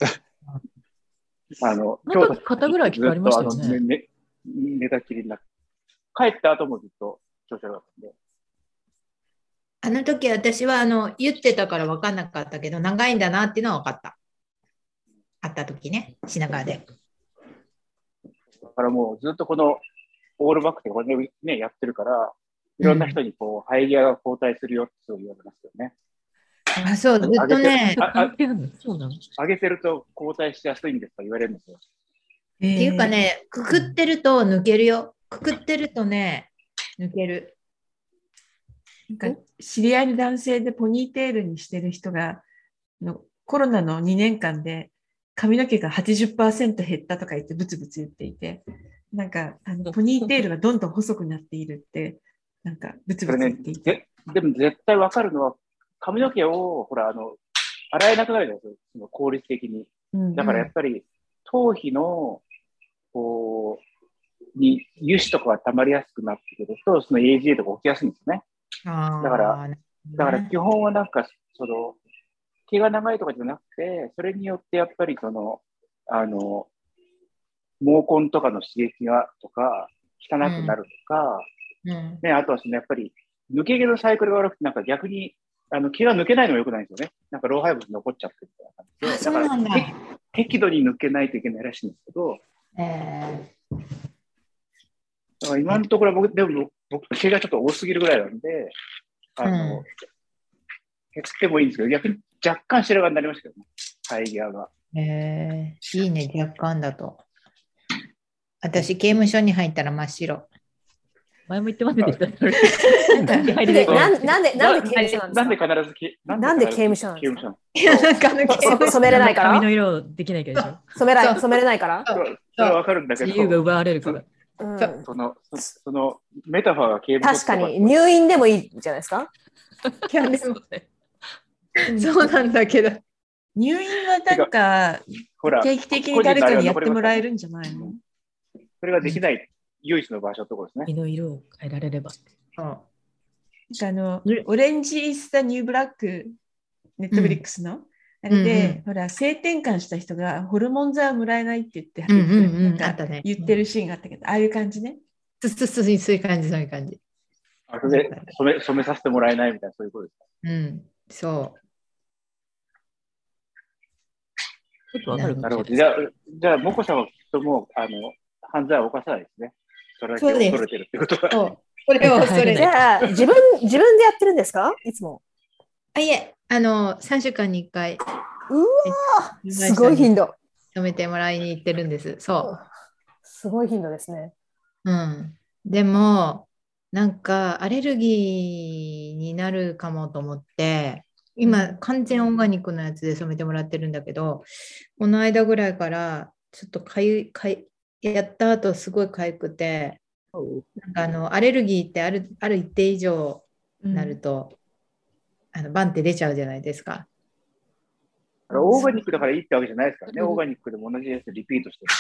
あの、 京都に肩ぐらい切られましたよね。 ね、寝たきりになって、帰った後もずっと調子悪かったんで。 あの時私は、あの、言ってたから分かんなかったけど、長いんだなっていうのは分かった。会った時ね、品川で。 だからもうずっとこのオールバックってこれね、やってるから、いろんな人にこう、生え際が交代するよってそう言われますよね。 あ、そう、ずっとね。 上げてると交代しやすいんですと言われるんですよ。 っていうかね、くくってると抜けるよ。くくってるとね、抜ける。 なんか知り合いの男性でポニーテールにしてる人が、のコロナのにねんかんで、髪の毛が はちじゅっパーセント 減ったとか言ってブツブツ言っていて、なんかあのポニーテールがどんどん細くなっているって、なんかブツブツ言っていて。 ね、で, でも絶対わかるのは、髪の毛をほらあの洗えなくなるじゃないですか、その効率的に。だからやっぱり頭皮のこうに油脂とかが溜まりやすくなってくると、その エージェー とか起きやすいんですね。 あだから、だから基本はなんかその毛が長いとかじゃなくて、それによってやっぱりその、あの、毛根とかの刺激がとか、汚くなるとか、 うんうんね、あとはそのやっぱり抜け毛のサイクルが悪くて、なんか逆にあの毛が抜けないのも良くないんですよね。なんか老廃物残っちゃってるみたいな感じで。 あ、そうなんだ。 だから適度に抜けないといけないらしいんですけど、 えー、 だから今のところ僕、でも僕、毛がちょっと多すぎるぐらいなんで、あの、うん減ってもいいんですけど、逆に若干白髪になりましたけどね、生え際が。 えー、いいね、若干だと。私、刑務所に入ったら真っ白。 前も言ってませんでした。 なんで、なんで、なんで、なんで刑務所なんですか？ なんで必ずき、 なんで刑務所なんですか？ そ染めれないから。 髪の色できないからでしょ。 染めない、染めれないから。 それはわかるんだけど。 自由が奪われるから。 その、そのメタファーが刑務所。確かに入院でもいいじゃないですか。 いやでもそうなんだけど。 入院はなんか定期的に誰かにやってもらえるんじゃないの？ それができない唯一の場所ってことですね。 身の色を変えられれば。 なんかあのオレンジ・イスタ・ニュー・ブラック、ネットフリックスの、うん、あれで、うんうん、ほら性転換した人がホルモン剤をもらえないって言って、うんうんうん、なんか言ってるシーンがあったけど、ああいう感じね。 そうそうそう、そういう感じ、そういう感じ。 あそれで染め、染めさせてもらえないみたいな、そういうことですか。 うん、そう。 ちょっとわかるなるほど。じゃあ、じゃあ、もこさんはきっともう、あの、犯罪を犯さないですね。それだけ恐れてるってことは。 そうそれを恐れじゃあ、自分、自分でやってるんですか？いつも。 あ、いえ、あの、さんしゅうかんにいっかい。 うわー、すごい頻度。 止めてもらいに行ってるんです。そう。 すごい頻度ですね。 うん。でも、なんか、アレルギーになるかもと思って、今、完全オーガニックのやつで染めてもらってるんだけど、この間ぐらいから、ちょっとかゆかい、やった後すごいかゆくて、なんかあのアレルギーってある、ある一定以上になると、うん、あのバンって出ちゃうじゃないですか。 オーガニックだからいいってわけじゃないですからね。オーガニックでも同じやつリピートしてる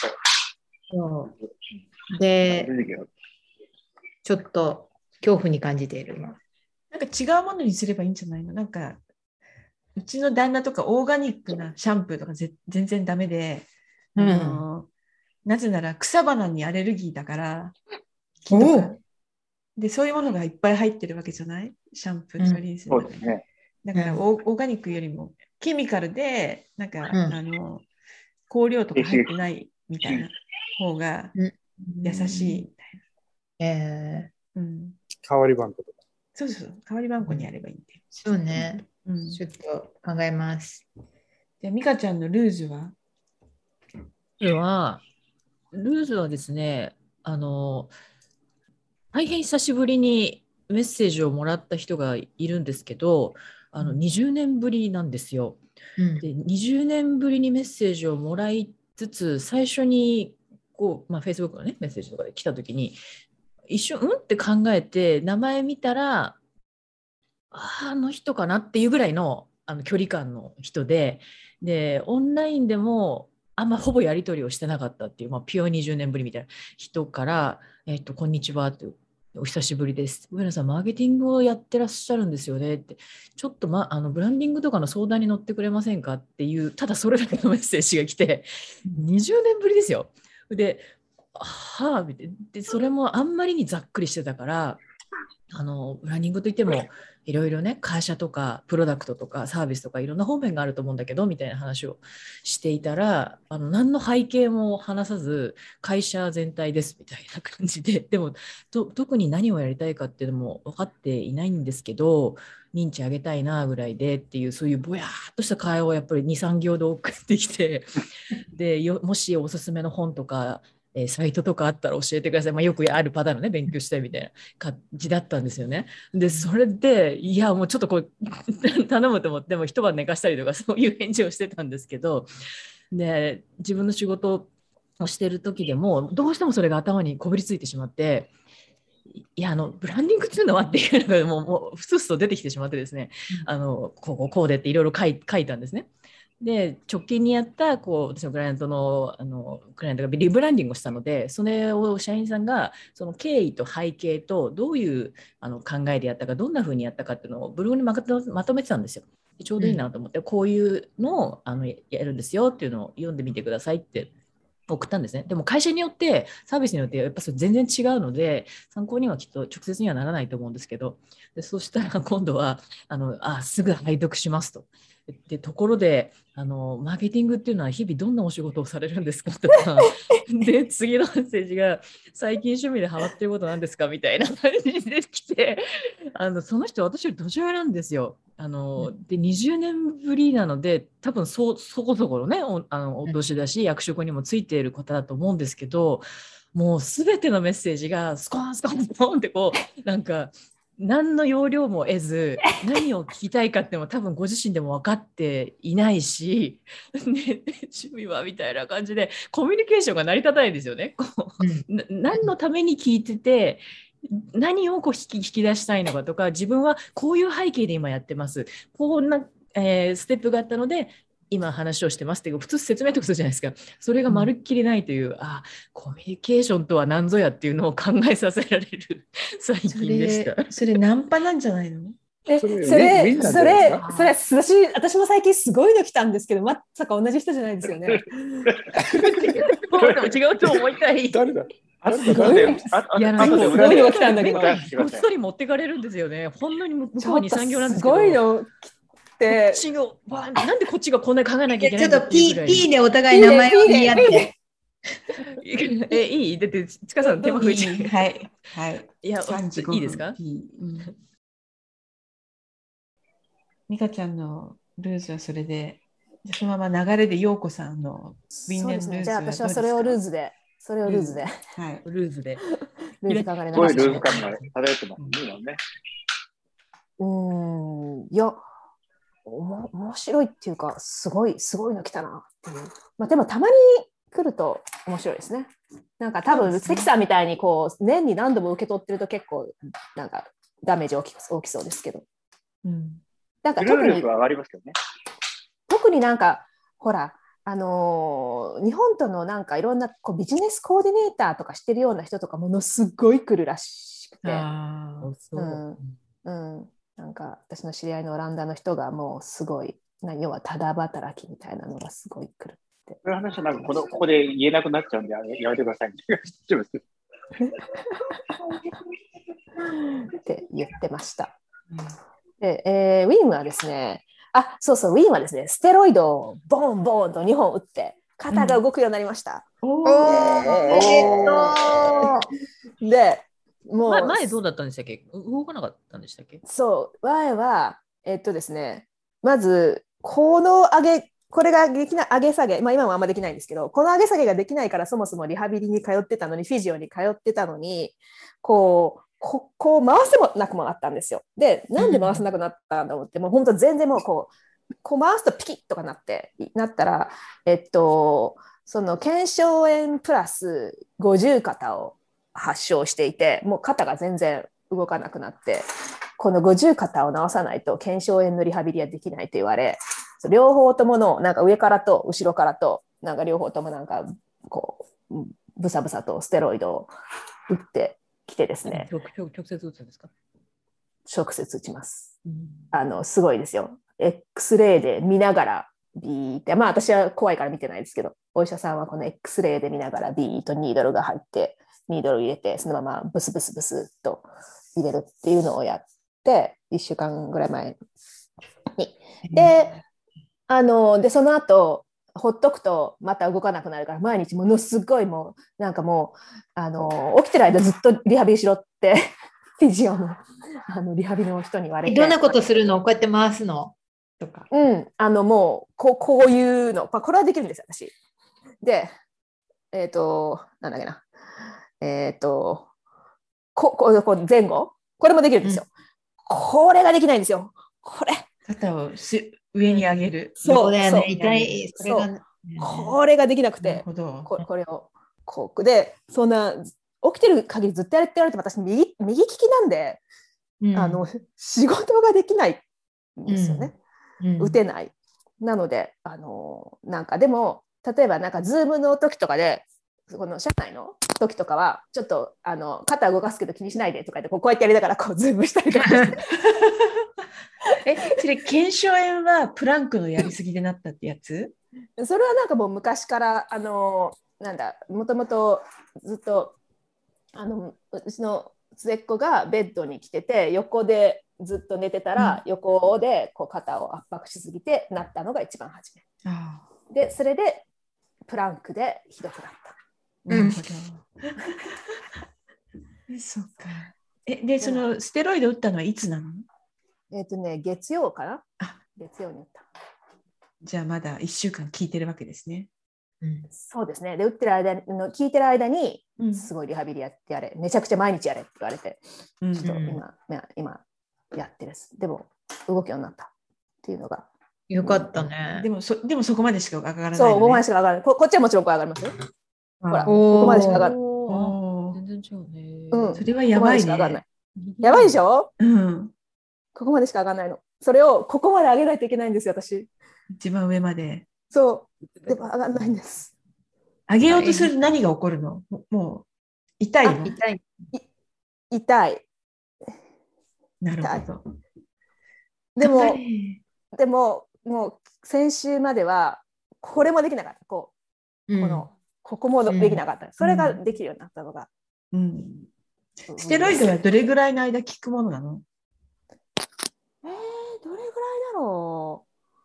そうで、ちょっと恐怖に感じている今。 なんか違うものにすればいいんじゃないの？なんかうちの旦那とかオーガニックなシャンプーとかぜ全然ダメで、うん、あのなぜなら草花にアレルギーだから木とかでそういうものがいっぱい入ってるわけじゃない？シャンプーとかリンスの中に、うん、そうですね。だからオー、オーガニックよりもケミカルでなんか、うん、あの香料とか入ってないみたいな方が優しいみたいな、 えーうん、 代わり番号とか。 そうそう、代わり番号にやればいいんで、 そうね、うん、ちょっと考えます。 じゃあミカちゃんのルーズは？ ルーズはルーズはですね、あの大変久しぶりにメッセージをもらった人がいるんですけど、あのにじゅうねんぶりなんですよ、うん、でにじゅうねんぶりにメッセージをもらいつつ、最初にこう、まあ、Facebook の、ね、メッセージとかで来た時に一瞬うんって考えて名前見たら あ, あの人かなっていうぐらい の, あの距離感の人で、でオンラインでもあんまほぼやり取りをしてなかったっていう、まあ、ピュアにじゅうねんぶりみたいな人から「えっと、こんにちは」ってお久しぶりです。上野さん、マーケティングをやってらっしゃるんですよねって。ちょっと、ま、あのブランディングとかの相談に乗ってくれませんかっていう、ただそれだけのメッセージが来て、にじゅうねんぶりですよ。で、はあ、で、それもあんまりにざっくりしてたから、あのブランディングといってもいろいろね、会社とかプロダクトとかサービスとかいろんな方面があると思うんだけどみたいな話をしていたら、あの何の背景も話さず会社全体ですみたいな感じで、でもと特に何をやりたいかっていうのも分かっていないんですけど、認知上げたいなぐらいでっていう、そういうぼやーっとした会話をやっぱりにさん行で送ってきてでよもしおすすめの本とかサイトとかあったら教えてください。まあ、よくあるパターンのね、勉強したいみたいな感じだったんですよね。で、それで、いや、もうちょっとこう、頼むと思って、も一晩寝かしたりとか、そういう返事をしてたんですけど、で、自分の仕事をしてる時でも、どうしてもそれが頭にこびりついてしまって、いや、あの、ブランディングっていうのはっていうのがもう、もうふつふつと出てきてしまってですね、あの、こう、こうでっていろいろ書い、書いたんですね。で直近にやったこう私のクライアントのあのクライアントがリブランディングをしたので、それを社員さんがその経緯と背景とどういうあの考えでやったか、どんなふうにやったかっていうのをブログにまとめてたんですよ。ちょうどいいなと思って、うん、こういうのをあのやるんですよっていうのを読んでみてくださいって送ったんですね。でも会社によってサービスによってやっぱそれ全然違うので参考にはきっと直接にはならないと思うんですけど、でそうしたら今度はあのあすぐ拝読しますと。 でところであのマーケティングっていうのは日々どんなお仕事をされるんですかとかで次のメッセージが最近趣味でハマってることなんですかみたいな感じで来て、あのその人私より年上なんですよ。あのでにじゅうねんぶりなので多分 そ, そこそこのね お, あのお年だし役職にもついている方だと思うんですけど、もうすべてのメッセージがスコーンスコーンスコーンってこうなんか何の要領も得ず何を聞きたいかっても多分ご自身でも分かっていないし、ね、趣味はみたいな感じでコミュニケーションが成り立たないんですよね。こうな何のために聞いてて何をこう引き、引き出したいのかとか、自分はこういう背景で今やってます、こんな、えー、ステップがあったので今話をしてますっていう普通説明とかするじゃないですか。それがまるっきりないという、うん、あコミュニケーションとは何ぞやっていうのを考えさせられる最近でした。 それ、それナンパなんじゃないの？ えそれそれそれそれ私私も最近すごいの来たんですけど、まさか同じ人じゃないですよね。 違うと思いたい。 誰だ？ あすごいいやなんかすごいの来たんだけど、 こっそり持ってかれるんですよね。ほんのに向こうにさん行なんですけど。 すごいの来て、 こっちのなんでこっちがこんなに考えなきゃいけないんだっていうぐらい。ちょっと P, P でお互い名前を言い合って。 えいいだってちかさん手間増えちゃう。 はいはい。 いやいいですか？ 美香ちゃんのルーズはそれで、そのまま流れで陽子さんのウィンネンルーズはどうですか？そうですね。じゃあ私はそれをルーズで。それをルーズで。 うん、はい。ルーズで。 ルーズ感がね。 すごいルーズ感が漂ってますね。 うん。いや、おも面白いっていうか、すごい、すごいの来たなっていう。まあでもたまに来ると面白いですね。なんか多分、関さんみたいにこう、年に何度も受け取ってると結構、なんかダメージ大き大きそうですけど。 うん。 なんか特に、 はありますけどね。 特になんか、ほら、あのー、日本とのなんかいろんなこうビジネスコーディネーターとかしてるような人とかものすごい来るらしくて、 あそう、 うんうん、なんか私の知り合いのオランダの人がもうすごい、要はただ働きみたいなのがすごい来るって。 そういう話はなんかこのここで言えなくなっちゃうんでやめてくださいって言ってました。で、えー、ウィンはですね、あ、そうそう、ウィンはですね、ステロイドをボンボンとにほん打って肩が動くようになりました。 うん、おーで、もう、 ま、前どうだったんでしたっけ？動かなかったんでしたっけ？ そう、前は、えっとですね、まず、この上げ、これができない上げ下げ、まあ今もあんまできないんですけど、この上げ下げができないからそもそもリハビリに通ってたのに、フィジオに通ってたのに、こう、こ, こう回せもなくもなったんですよ。で、なんで回せなくなったんだろうって、うん、もう本当全然もうこう、こう回すとピキッとかなって、なったら、えっと、その腱鞘炎プラス五十肩を発症していて、もう肩が全然動かなくなって、この五十肩を治さないと腱鞘炎のリハビリはできないと言われ、両方とものなんか上からと後ろからとなんか両方ともなんかこうブサブサとステロイドを打ってきてですね。 直接打つんですか？ 直接打ちます。 うん、 あのすごいですよ。X レイで見ながらビーって、まあ私は怖いから見てないですけど、お医者さんはこの X レイで見ながらビーとニードルが入って、ニードル入れてそのままブスブスブスっと入れるっていうのをやって、いっしゅうかんぐらい前に。で、あのでその後ほっとくとまた動かなくなるから、毎日ものすごいもうなんかもうあの起きてる間ずっとリハビリしろってフィジオのあのリハビリの人に言われて。 どんなことするの？こうやって回すのとか。 うん、あのもうこう、こういうの、これはできるんですよ私。で、えっ、ー、となんだっけな、えっ、ー、とこここ前後これもできるんですよ。うん、これができないんですよ。これ。 肩を上に上げる。 そうだよね。痛い。 それがね、これができなくて、こ, これをこうで、そんな起きてる限りずっとやれって言われても私右右利きなんで、うん、あの仕事ができないんですよね。うん、打てない。なのであのなんかでも例えばなんかズームの時とかでこの社内の時とかはちょっとあの肩動かすけど気にしないでとかでこうやってやりながらこうズームしたりとかしてえ、それ腱鞘炎はプランクのやりすぎでなったってやつ？ それはなんかもう昔からあのなんだもともとずっとあのうちの末っ子がベッドに来てて横でずっと寝てたら、うん、横でこう肩を圧迫しすぎてなったのが一番初め。あで、それでプランクでひどくなった。 なるほど。そっか。え、で、そのステロイド打ったのはいつなの？ えっとね、月曜かな？あ、月曜に打った。 じゃあまだいっしゅうかん効いてるわけですね。 うん、そうですね。で、打ってる間の聞いてる間に、すごいリハビリやってやれ、うん、めちゃくちゃ毎日やれって言われて、うん、ちょっと今、今やってるです。でも動くようになったっていうのが。 よかったね。 でもそ、でもそこまでしか上がらない、ね。 そう、ここまでしか上がらない。こ, こっちはもちろんこう上がりますよ。ほら、ここまでしか上がる。 全然違うね。 うん、 それはやばいね。 やばいでしょ？ うん。 ここまでしか上がらないの。それをここまで上げないといけないんですよ、私。 一番上まで。 そう。でも上がらないんです。 上げようとすると何が起こるの？もう痛いの？ 痛い。痛い。 なるほど。 でも、でも、もう先週まではこれもできなかった。こう、うん、この、ここもできなかった。うん、それができるようになったのが。 うん。ステロイドはどれぐらいの間効くものなの？ えー、どれぐらいだろ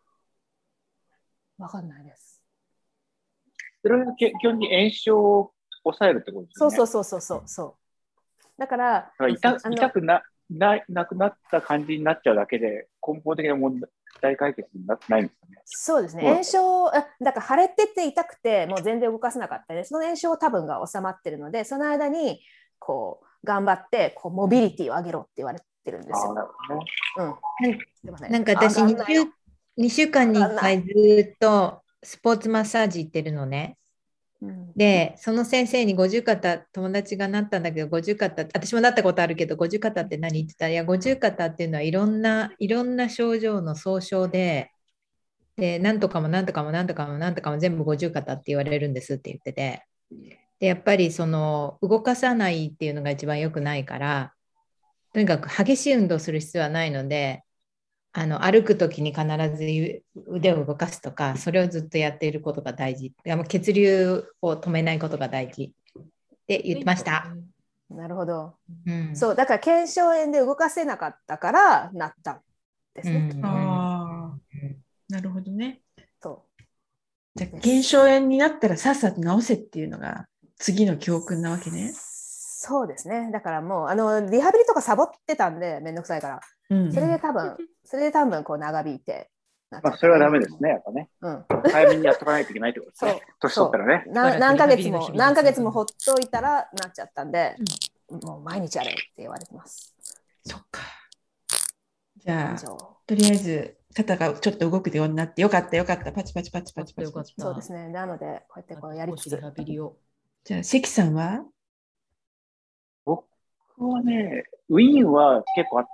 う。わかんないです。 それは基本に炎症を抑えるってことですね。 そうそうそうそうそう。だから、 だから 痛, 痛く な, な, なくなった感じになっちゃうだけで根本的な問題解決になってないんですかね。 そうですね。炎症、だから腫れてて痛くてもう全然動かせなかったり、その炎症多分が収まってるので、その間にこう頑張ってこうモビリティを上げろって言われてるんですよ。 なるほどね。うん、なんか私に週、にしゅうかんにいっかいずっとスポーツマッサージ行ってるのね。うん、で、その先生に五十肩、友達がなったんだけど、五十肩、私もなったことあるけど、五十肩って何って言ったら、いや、五十肩っていうのはいろんな、いろんな症状の総称で、で、なんとかもなんとかもなんとかもなんとかも全部五十肩って言われるんですって言ってて、で、やっぱりその動かさないっていうのが一番良くないから、とにかく激しい運動する必要はないので、あの歩くときに必ず腕を動かすとか、それをずっとやっていることが大事。血流を止めないことが大事って言ってました。 なるほど。うん、そう、だから腱鞘炎で動かせなかったからなったんですね。うん、 ああ、なるほどね。 そう。 じゃあ腱鞘炎になったらさっさと治せっていうのが次の教訓なわけね。 そうですね。だからもうあのリハビリとかサボってたんでめんどくさいから、うん、それで多分それで多分こう長引いてまあそれはダメですねやっぱね。うん、早めにやっとかないといけないってことですね。年取ったらね。 な何ヶ月も何ヶ月もほっといたらなっちゃったんで、うん、もう毎日やれって言われてます。 そっか。じゃあとりあえず肩がちょっと動くようになってよかったよかったパチパチパチパチパチパチ。 そうですね。なのでこうやってこうやりつつ。 リハビリを。 じゃあ関さんは？ 僕はね、ウィーンは結構あって、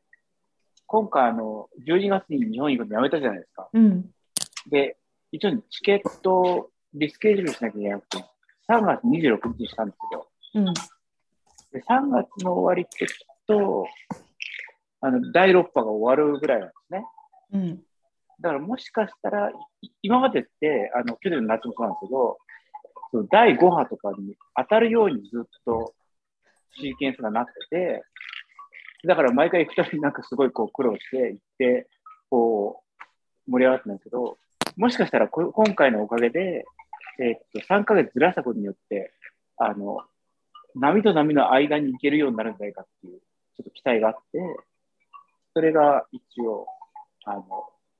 今回あの、じゅうにがつに日本行くのやめたじゃないですか。 うん、で、 一応チケットをリスケジュールしなきゃいけなくて、さんがつにじゅうろくにちにしたんですけど、うん、でさんがつの終わりってきっと、あの、だいろっぱが終わるぐらいなんですね。うん、だからもしかしたら、今までって、あの、去年の夏もそうなんですけど、そのだいご波とかに当たるようにずっとシーケンスがなってて、だから毎回行くたびになんかすごいこう苦労して行って、こう盛り上がってたんですけど、もしかしたらこ今回のおかげで、えー、っとさんかげつずらしたことによって、あの、波と波の間に行けるようになるんじゃないかっていう、ちょっと期待があって、それが一応、あの、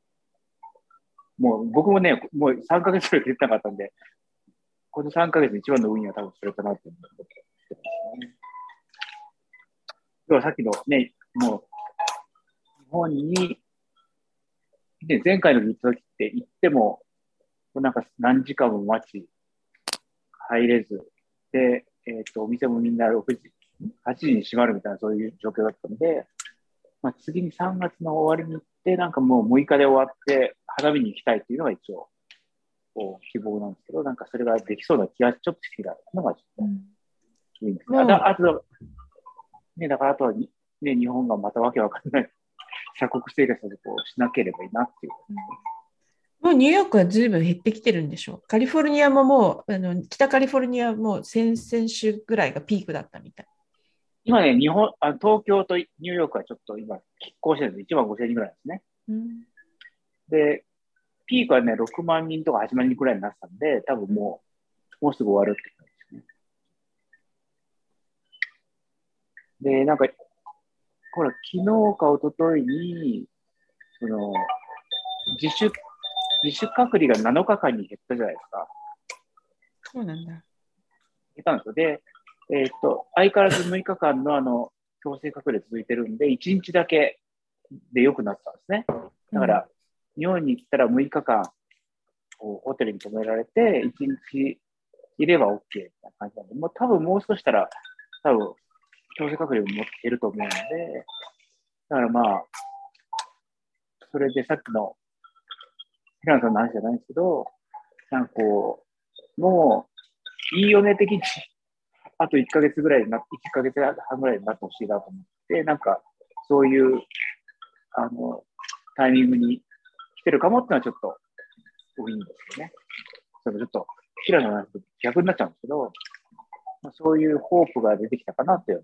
もう僕もね、もうさんかげつくらい出てなかったんで、このさんかげつ一番の運は多分それかなって思ってますね。要はさっきのね、もう、日本に、ね、前回の行った時って行っても、なんか何時間も待ち、入れず、で、えっと、お店もみんなろくじ、はちじに閉まるみたいなそういう状況だったので、まあ、次にさんがつの終わりに行って、なんかもうむいかで終わって、花見に行きたいっていうのが一応、こう希望なんですけど、なんかそれができそうな気がちょっとしてきたのがちょっといいんですね。うん、あ, あと、ね、だからあとは、ね、日本がまたわけわかんない鎖国生活をこうしなければいいなっていう、うん。 もうニューヨークはずいぶん減ってきてるんでしょう。カリフォルニアももう、あの北カリフォルニアも先々週ぐらいがピークだったみたい。 今ね、日本あ、東京とニューヨークはちょっと今、拮抗してるんです。いちまんごせんにんぐらいですね。 うん、 で、ピークはね、ろくまんにんとかはちまんにんくらいになってたんで、多分もう、もうすぐ終わるって感じですね。で、なんか、ほら、昨日か一昨日に、その、自主、自主隔離がなのかかんに減ったじゃないですか。 そうなんだ。 減ったんですよ。で、えーっと、相変わらずむいかかんのあの、強制隔離続いてるんで、いちにちだけで良くなったんですね。だから、うん、日本に来たらむいかかん、ホテルに泊められて、いちにちいれば OK みたいな感じなんで、もう多分もう少したら、多分、強制隔離も持ってると思うので、だからまあ、それでさっきの、平野さんの話じゃないんですけど、なんかこう、もう、いいよね的に、あといっかげつぐらいになって、いっかげつはんぐらいになってほしいなと思って、なんか、そういう、あの、タイミングに来てるかもっていうのはちょっと、多いんですよね。それちょっと、平野さんの話と逆になっちゃうんですけど、まあ、そういうホープが出てきたかなっていう。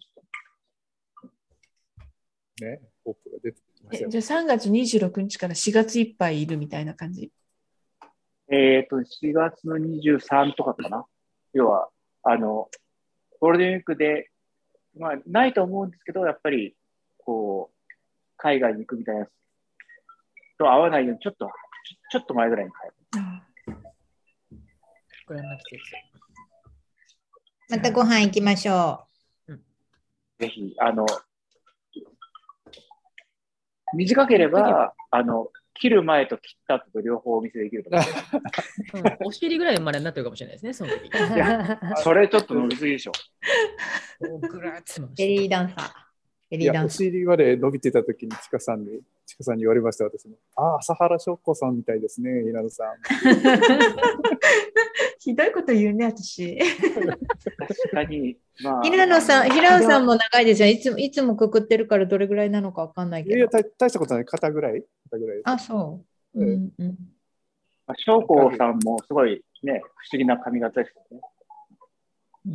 ね、ホープが出てきましたよ。 じゃあさんがつにじゅうろくにちからしがついっぱいいるみたいな感じ？ えっと、しがつのにじゅうさんとかかな。要は、あの、ゴールデンウィークで、まあ、ないと思うんですけど、やっぱり、こう、海外に行くみたいなやつと合わないように、ちょっと、ちょっと前ぐらいに帰る。 これの季節。 またご飯行きましょう。うん、ぜひ、あの、短ければ、あの、切る前と切った後と両方お見せできると思う、うん。お尻ぐらいまでになってるかもしれないですね、その時。いや、それちょっと伸びすぎでしょ。 ベリーダンサー。ベリーダンサー。 いや、お尻まで伸びてた時に、ちかさんに、ちかさんに言われました、私も。ああ、朝原翔子さんみたいですね、平野さん。 ひどいこと言うね、私。 確かに。 まあ、平野さん、平野さんも長いですよ。いつも、いつもくくってるからどれぐらいなのかわかんないけど。 いや、大したことない。肩ぐらい肩ぐらい。 あ、そう。うんうん。 翔子さんもすごいね、不思議な髪型ですよね。 うん。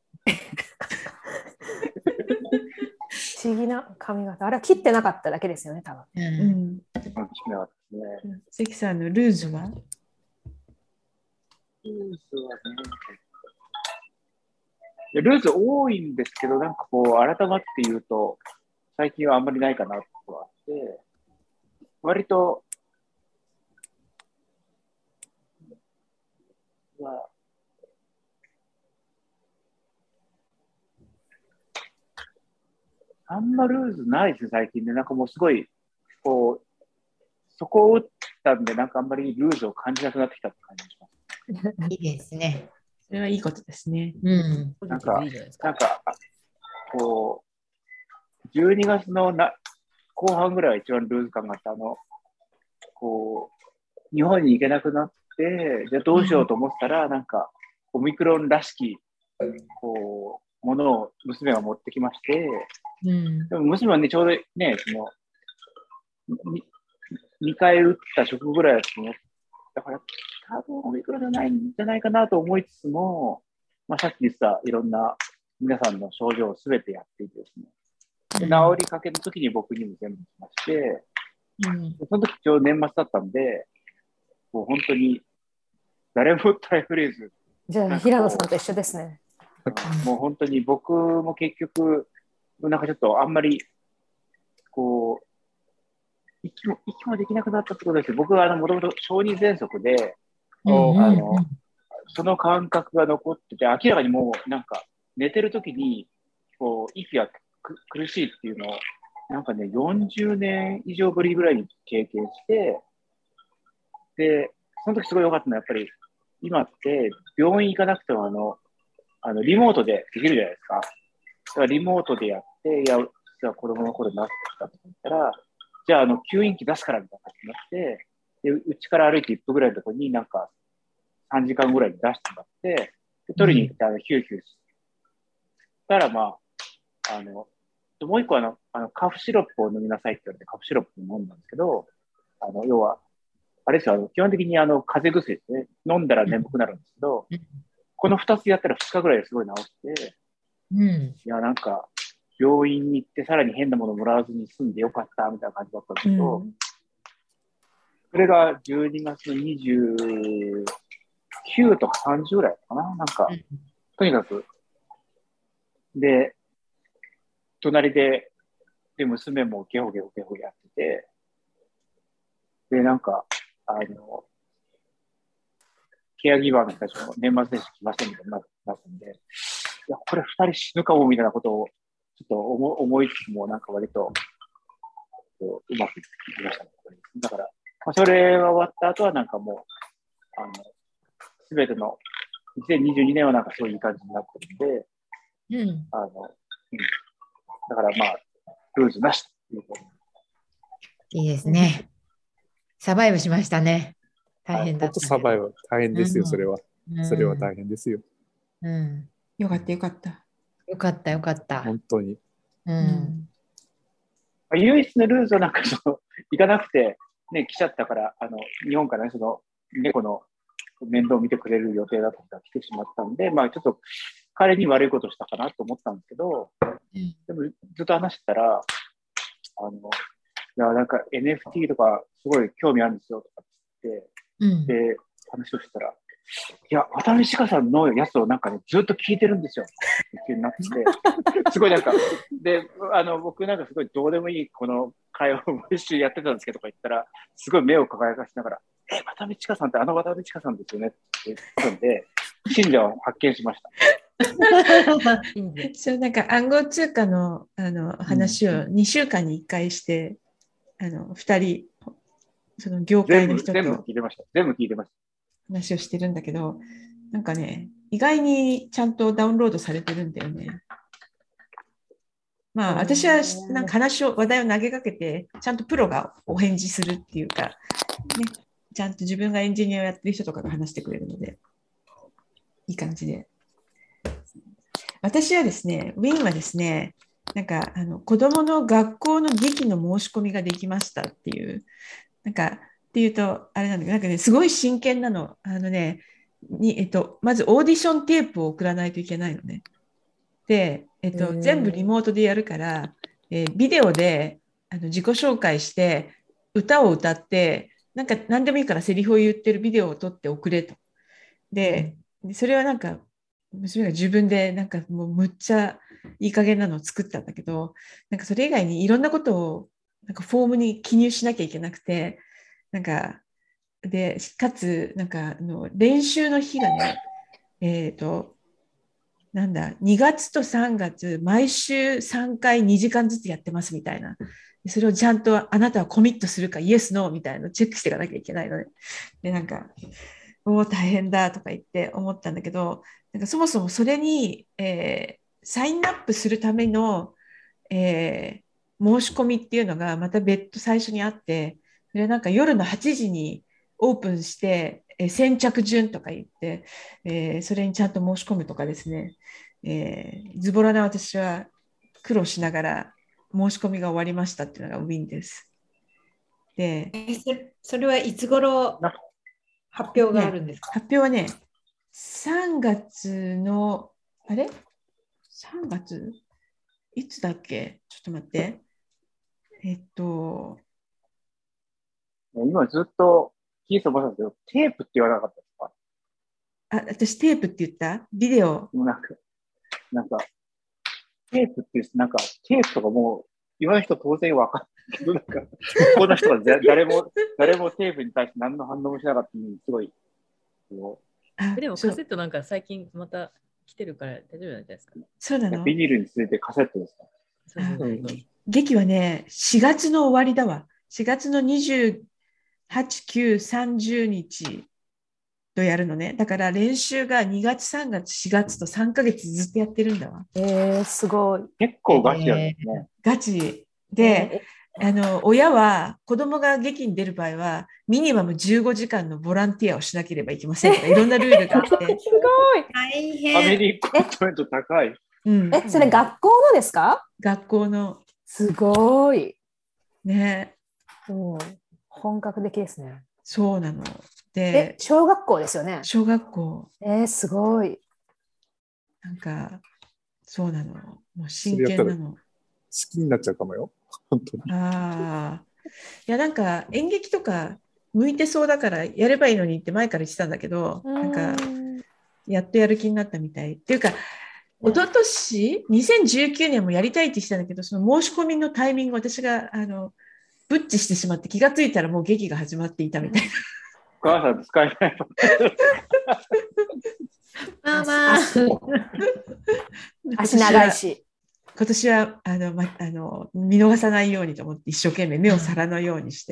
不思議な髪型。あれは切ってなかっただけですよね、多分。 うん。関さんのルーズは？ ルーズはね。ルーズ多いんですけど、なんかこう、改まって言うと、最近はあんまりないかなとはあって、割と、まあ、あんまルーズないですね、最近ね。なんかもうすごい、こう、そこを打ったんで、なんかあんまりルーズを感じなくなってきたって感じがします。 いいですね。 それはいいことですね。 うん。 なんか、なんか、こう、じゅうにがつのな後半ぐらいは一番ルーズ感があった、あの、こう、日本に行けなくなって、じゃあどうしようと思ったら、うん、なんか、オミクロンらしき、こう、ものを娘が持ってきまして、うん、でも娘はね、ちょうどね、その、にかい打った直後ぐらいだと思って、だから、多分オミクロンじゃないんじゃないかなと思いつつも、まあ、さっき言ったいろんな皆さんの症状をすべてやっていてですね、で治りかけの時に僕にも全部来まして、うん、その時ちょうど年末だったんで、もう本当に誰も耐えフレーズ。 じゃあ、平野さんと一緒ですね。 もう本当に僕も結局、なんかちょっとあんまり、こう、息も、息もできなくなったってことですけど、僕はあの、もともと小児喘息で、うん、あの、その感覚が残ってて、明らかにもうなんか寝てる時に、こう、息が苦しいっていうのを、なんかね、よんじゅうねん以上ぶりぐらいに経験して、で、その時すごい良かったのは、やっぱり、今って病院行かなくてもあの、あの、リモートでできるじゃないですか。だからリモートでやって、いや、実は子供の頃になってきたと思ったら、じゃあ、あの、吸引器出すからみたいな感じになって、で、うちから歩いていっぷんぐらいのところになんか、さんじかんぐらいに出してもらって、で取りに行って、あの、ヒューヒューしたら、まあ、あの、もう一個あの、あの、カフシロップを飲みなさいって言われて、カフシロップを飲んだんですけど、あの、要は、あれですよ、あの、基本的にあの、風邪薬ですね。飲んだら眠くなるんですけど、この二つやったら二日ぐらいですごい治って、うん、いや、なんか、 病院に行ってさらに変なものもらわずに済んでよかったみたいな感じだったんですけど、うん、それがじゅうにがつのにじゅうきゅうとかさんじゅうぐらいかな、なんか、うん、とにかく。で、隣で、で、娘もゲホゲホゲホやってて、で、なんか、あの、ケアギバーの人たちも年末年始来ませんみたいになったんで、いや、これ二人死ぬかもみたいなことを、ちょっと思思いつつも、なんか割と、うまくいきましたね。だから、まあ、それが終わった後はなんかもう、あの、すべての、にせんにじゅうにねんはなんかそういう感じになってるんで、うん、あの、うん、だからまあ、ルーズなしということ。 いいですね。サバイブしましたね。大変だった、ね。 サバイブ、大変ですよ、それは。うん、それは大変ですよ。 うん。よかったよかった。 よかったよかった。 本当に。 うん。 唯一のルーズはなんかその、行かなくて、ね、来ちゃったから、あの、日本からね、その、猫の面倒を見てくれる予定だった人が来てしまったんで、まあちょっと彼に悪いことしたかなと思ったんですけど、うん、でもずっと話してたら、あの、いや、なんか エヌエフティー とかすごい興味あるんですよとかって言って、うん、で、話をしたら、いや、渡辺千佳さんのやつをなんかね、ずっと聞いてるんですよってなって、すごいなんか、で、あの、僕なんかすごいどうでもいいこの会話を毎週やってたんですけどとか言ったら、すごい目を輝かしながら、え、渡辺千佳さんってあの渡辺千佳さんですよねって言ったんで、信者を発見しました。 そう、なんか暗号通貨の、あの話をにしゅうかんにいっかいして、うん、あのふたり、その業界の人と全部聞いてました。全部聞いてました。 話をしてるんだけど、なんかね、意外にちゃんとダウンロードされてるんだよね。まあ、私はなんか話を、話題を投げかけて、ちゃんとプロがお返事するっていうか、ね、ちゃんと自分がエンジニアをやってる人とかが話してくれるので、いい感じで。私はですね、ウィンはですね、なんかあの子供の学校の劇の申し込みができましたっていう、なんかっていうとあれなんだけど、なんかね、すごい真剣なの。あのね、にえっと、まずオーディションテープを送らないといけないのね。で、えっと、全部リモートでやるから、えー、ビデオであの自己紹介して、歌を歌って、なんか何でもいいからセリフを言ってるビデオを撮って送れと。で、それはなんか、娘が自分でなんかもうむっちゃいい加減なのを作ったんだけど、なんかそれ以外にいろんなことをなんかフォームに記入しなきゃいけなくて、なんか、で、かつ、なんかあの練習の日がね、えっと、なんだ、にがつとさんがつ、毎週さんかいにじかんずつやってますみたいな。それをちゃんとあなたはコミットするか、イエス、ノーみたいなのをチェックしていかなきゃいけないので、で、なんか、おお、大変だとか言って思ったんだけど、なんかそもそもそれに、えー、サインアップするための、えー、申し込みっていうのがまた別途最初にあって、それなんか夜のはちじにオープンして、えー、先着順とか言って、えー、それにちゃんと申し込むとかですね、えー、ズボラな私は苦労しながら申し込みが終わりましたっていうのがウィンです。で、 えー、それ、それはいつ頃発表があるんですか？ ね、発表はね、さんがつの、あれ ?さんがついつだっけ？ちょっと待って。えっと。 今ずっと聞いて思ったんですけど、テープって言わなかったですか？ あ、私テープって言った？ビデオ。 なんか、なんか、テープってなんか、テープとかもう、言わない人当然わかんないけど、なんか、こんな人が誰も、誰もテープに対して何の反応もしなかったのに、すごい、 でもカセットなんか最近また来てるから大丈夫なんじゃないですか。 そうなの？ ビニールに続いてカセットですか？ そうそうそう。 劇はね、しがつの終わりだわ。しがつのにじゅうはち、きゅう、さんじゅうにちとやるのね。だから練習がにがつ、さんがつ、しがつとさんかげつずっとやってるんだわ。 えー、すごい。 結構ガチなんですね。 えー、ガチで、えー、あの親は子供が劇に出る場合はミニマムじゅうごじかんのボランティアをしなければいけませんとかいろんなルールがあって。すごい。 大変。 アメリカコメント高い。 うん、え、それ学校のですか？ 学校の。 すごい。 ね。 うん、本格的ですね。 そうなの。 で、小学校ですよね。 小学校。 えー、すごい。 なんか、そうなの。もう真剣なの。 きになっちゃうかもよ。本当に。 ああ。いや、なんか演劇とか向いてそうだからやればいいのにって前から言ってたんだけど、なんかやっとやる気になったみたい。っていうか、一昨年にせんじゅうきゅうねんもやりたいって言ってたんだけど、その申し込みのタイミング、私があのブッチしてしまって気がついたらもう劇が始まっていたみたいな。 お母さん使えない。 まあまあ。 足長いし。 今年はあの、ま、あの見逃さないようにと思って一生懸命目を皿のようにして、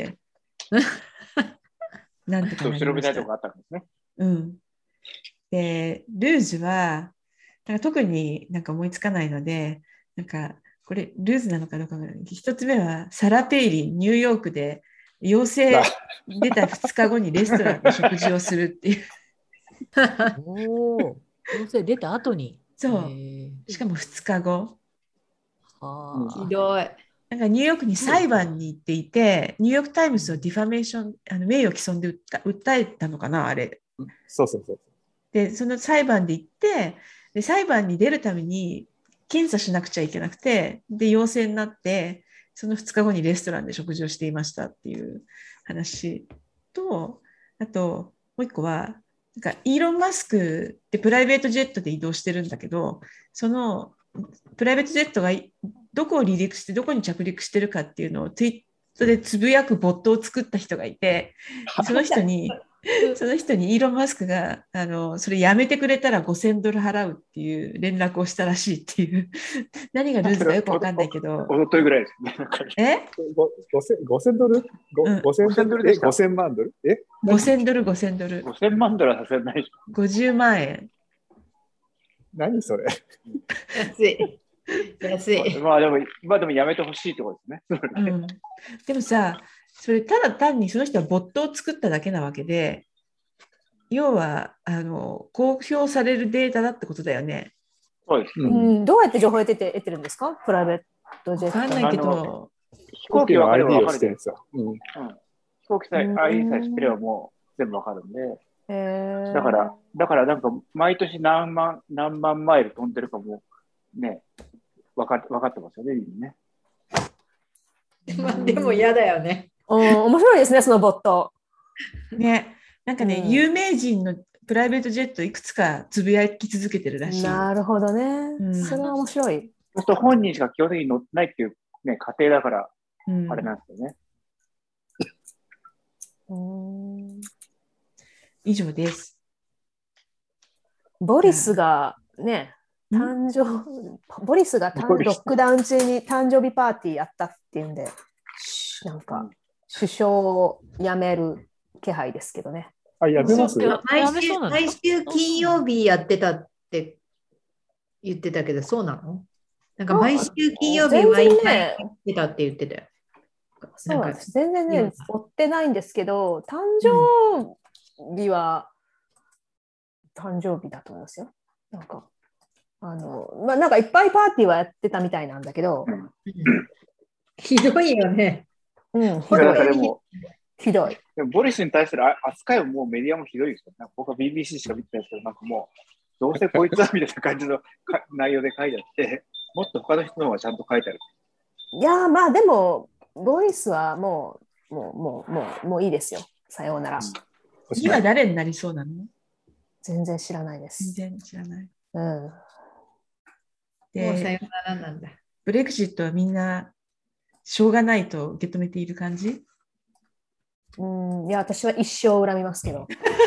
なんとかなりました。 後ろめたいとこあったんですね。 うん。で、ルーズはなんか特になんか思いつかないので、なんかこれルーズなのかどうかが、一つ目はサラ・ペイリー、ニューヨークで陽性出たふつかごにレストランで食事をするっていう。 おお、陽性出た後に。 そう。しかもふつかご。 はひどい。 なんかニューヨークに裁判に行っていて、ニューヨークタイムズをディファメーション、あの名誉毀損で訴えたのかな、あれ。 そうそうそう。 で、その裁判で行って、で裁判に出るために検査しなくちゃいけなくて、で、陽性になって、そのふつかごにレストランで食事をしていましたっていう話と、あと、もう一個は、なんかイーロン・マスクってプライベートジェットで移動してるんだけど、そのプライベートジェットがどこを離陸してどこに着陸してるかっていうのをツイッターでつぶやくボットを作った人がいて、その人にその人にイーロン・マスクがあのそれやめてくれたらごせんドル払うっていう連絡をしたらしいっていう何がルーズかよくわかんないけど、 おとといぐらいですね。 えごせんドル、うん、ごせんドルでごせんまんドル、えごせんドルごせんドルごせんまんドルはさすがにない。 ごじゅうまんえん。 何それ。 安い。安い。 まあでも、まあでもやめてほしいってことですね。 うん、でもさ、それただ単にその人はボットを作っただけなわけで、要はあの公表されるデータだってことだよね。 そうです、 うん。どうやって情報を得て得てるんですか？プライベートジェット。 わかんないけど、 飛行機は アイディーをしてるんですよ。うん、 飛行機さえ アイディー さえ知ってればもう全部わかるんで。 へだから、だからなんか毎年何万、何万マイル飛んでるかもね、分か分かってますよね、ね。 まあでも嫌だよね。 うん、面白いですね、そのボット。 ね、なんかね、うん、有名人のプライベートジェットいくつかつぶやき続けてるらしい。 なるほどね。うん、それは面白い。 そうすると本人しか基本的に乗ってないっていう、ね、過程だから、あれなんですよね。 うん、 以上です。 ボリスがね、誕生ボリスがロックダウン中に誕生日パーティーやったっていうんで、なんか首相を辞める気配ですけどね。 あ、やめます？ 毎週、毎週金曜日やってたって言ってたけど、そうなの？なんか毎週金曜日毎日やってたって言ってたよ。 そうなんです。全然ね、追ってないんですけど、誕生日は、うん、誕生日だと思いますよ。なんか、あの、まあ、なんかいっぱいパーティーはやってたみたいなんだけど、うん、 ひどいよね。 うん、ひどい。 でもひどい。 でもボリスに対する扱いはもうメディアもひどいですよね。僕は ビービーシー しか見てないですけど、なんかもう、どうせこいつはみたいな感じの内容で書いてあって、もっと他の人の方がちゃんと書いてある。 いやー、まあでも、ボリスはもう、もう、もう、もう、もういいですよ。さようなら。 今誰になりそうなの？ 全然知らないです。 全然知らない。 うん。 で、 もうさようならなんだ。 ブレグジットはみんな、しょうがないと受け止めている感じ？ うん、いや、私は一生恨みますけど。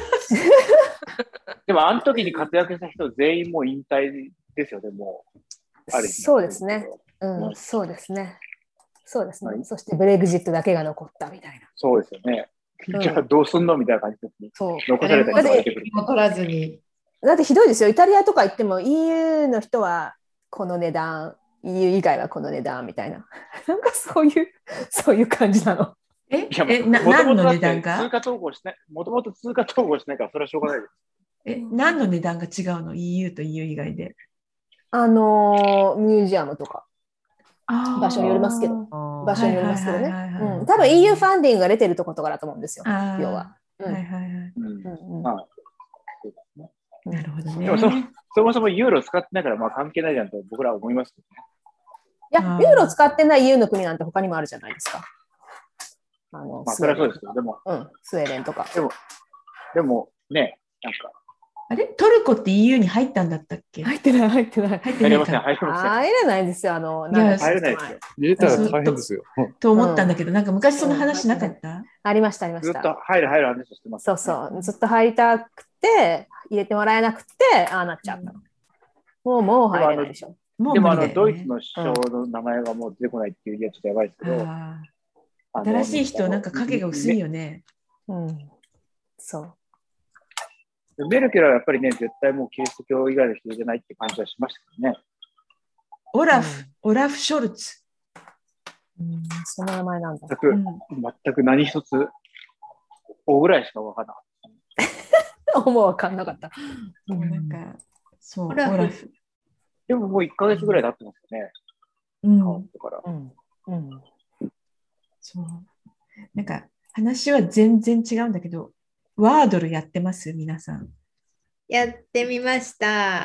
でも、あの時に活躍した人全員もう引退ですよね、もう。 あるそうですね。うん、そうですね。そうですね。はい、そしてブレグジットだけが残ったみたいな。 そうですよね。じゃあどうすんのみたいな感じですね。そう。残されたりとかしてくる。 取らずに。 だってひどいですよ。イタリアとか行っても イーユー の人はこの値段、イーユー 以外はこの値段みたいな。なんかそういう、そういう感じなの。 え、え、な、何の値段が？ 通貨統合しない、もともと通貨統合しないからそれはしょうがないです。 え、何の値段が違うの？ イーユー と イーユー 以外で。 あのー、ミュージアムとか。場所によりますけど。場所によりますけどね。多分 イーユー ファンディングが出てるところとかだと思うんですよ。要は。 はいはいはい。なるほどね。 でも そ, そもそもユーロ使ってないからまあ関係ないじゃんと僕らは思いますけどね。 や、ユーロ使ってない イーユー の国なんて他にもあるじゃないですか。あの、 まあ、それはそうですけど、でも、 うん、スウェーデンとか。 でも、でもね、なんか。 あれトルコって イーユー に入ったんだったっけ？ 入ってない、入ってない。 入ってないか。 入れません、 入れないんですよ、あの、 いや入れないですよ。 入れたら大変ですよ。 と思ったんだけど、なんか昔その話なかった？ ありました、ありました。 ずっと入る、入る話をしてます。 そうそう、ずっと入りたくて、入れてもらえなくて、ああなっちゃった。もう、もう入れないでしょ。 もうでも、あの、 無理だよね。 ドイツの首相の名前がもう出てこないっていう、いや、ちょっとやばいですけど。 ああ、新しい人、なんか影が薄いよね。 うん。そう。 メルケルはやっぱりね、絶対もうキリスト教以外の人じゃないって感じはしましたけどね。 オラフ、うん、オラフ・ショルツ。 うん、その名前なんだ。 全く、うん、全く何一つ、おぐらいしか分からなかった。もう分かんなかった。 うん、なんか、そう、オラフ。 でももういっかげつぐらい経ってますよね。 うん。 変わってから。 うんうん、 そう。なんか、話は全然違うんだけど、ワードルやってます皆さん。 やってみました。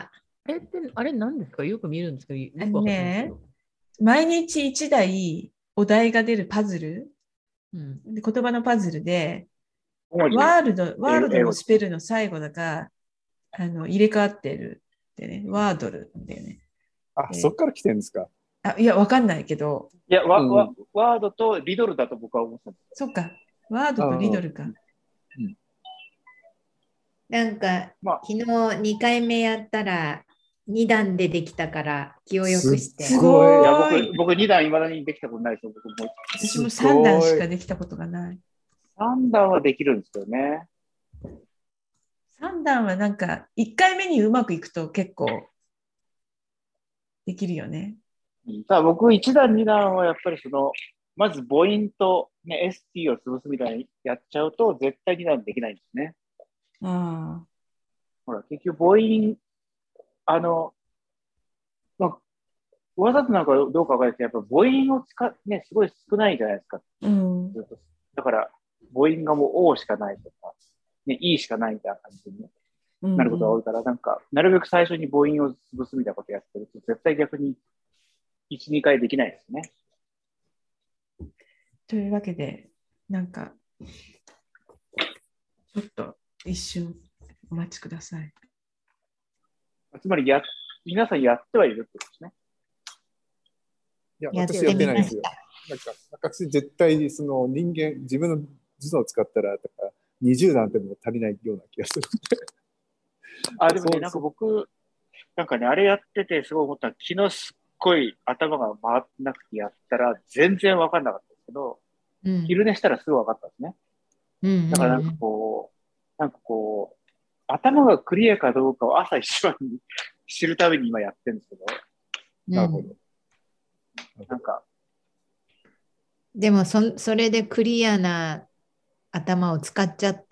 えってあれ何ですか？よく見るんですか？よくあのね、毎日一台お題が出るパズル、うん、で言葉のパズルで、ワールド、ワールドのスペルの最後だがあの入れ替わってるってね、ワードルだよね。 あ、そっから来てるんですか？ あ、いや、わかんないけど。 いや、ワ、うん、ワ、ワードとリドルだと僕は思ってたんです。 そっか、ワードとリドルか。 うんなんか、まあ、昨日にかいめやったらに段でできたから気をよくして。 すごい。 いや僕、僕に段いまだにできたことないですよ。僕も私もさん段しかできたことがない。 さん段はできるんですよね。 さん段はなんかいっかいめにうまくいくと結構できるよね。 ただ僕いち段に段はやっぱりそのまず母音と、ね、エスティー を潰すみたいにやっちゃうと絶対に段できないんですね。 ああ。 ほら、結局母音、あの、まあ、わざとなんかどうかわからないですけど、やっぱ母音を使っね、すごい少ないじゃないですか。 うん、 ずっとだから、母音がもう O しかないとか、ね、E しかないみたいな感じになることが多いから、うん、なんか、なるべく最初に母音を潰すみたいなことやってると、絶対逆にいち、にかいできないですね。 というわけで、なんか、ちょっと一瞬お待ちください。 つまりや、皆さんやってはいるってことですね。 いや、私やってないですよ。なんか、私絶対その人間、自分の頭脳を使ったら、だからにじゅう段でも足りないような気がする。 あ、でもね、なんか僕、なんかね、あれやっててすごい思ったのは、昨日すっごい頭が回ってなくてやったら全然分かんなかったですけど、うん、昼寝したらすぐ分かったんですね。うんうんうん、だからなんかこう、なんかこう、頭がクリアかどうかを朝一番に知るために今やってるんですけど。 なるほど。 なんか。 でもそ、それでクリアな頭を使っちゃって。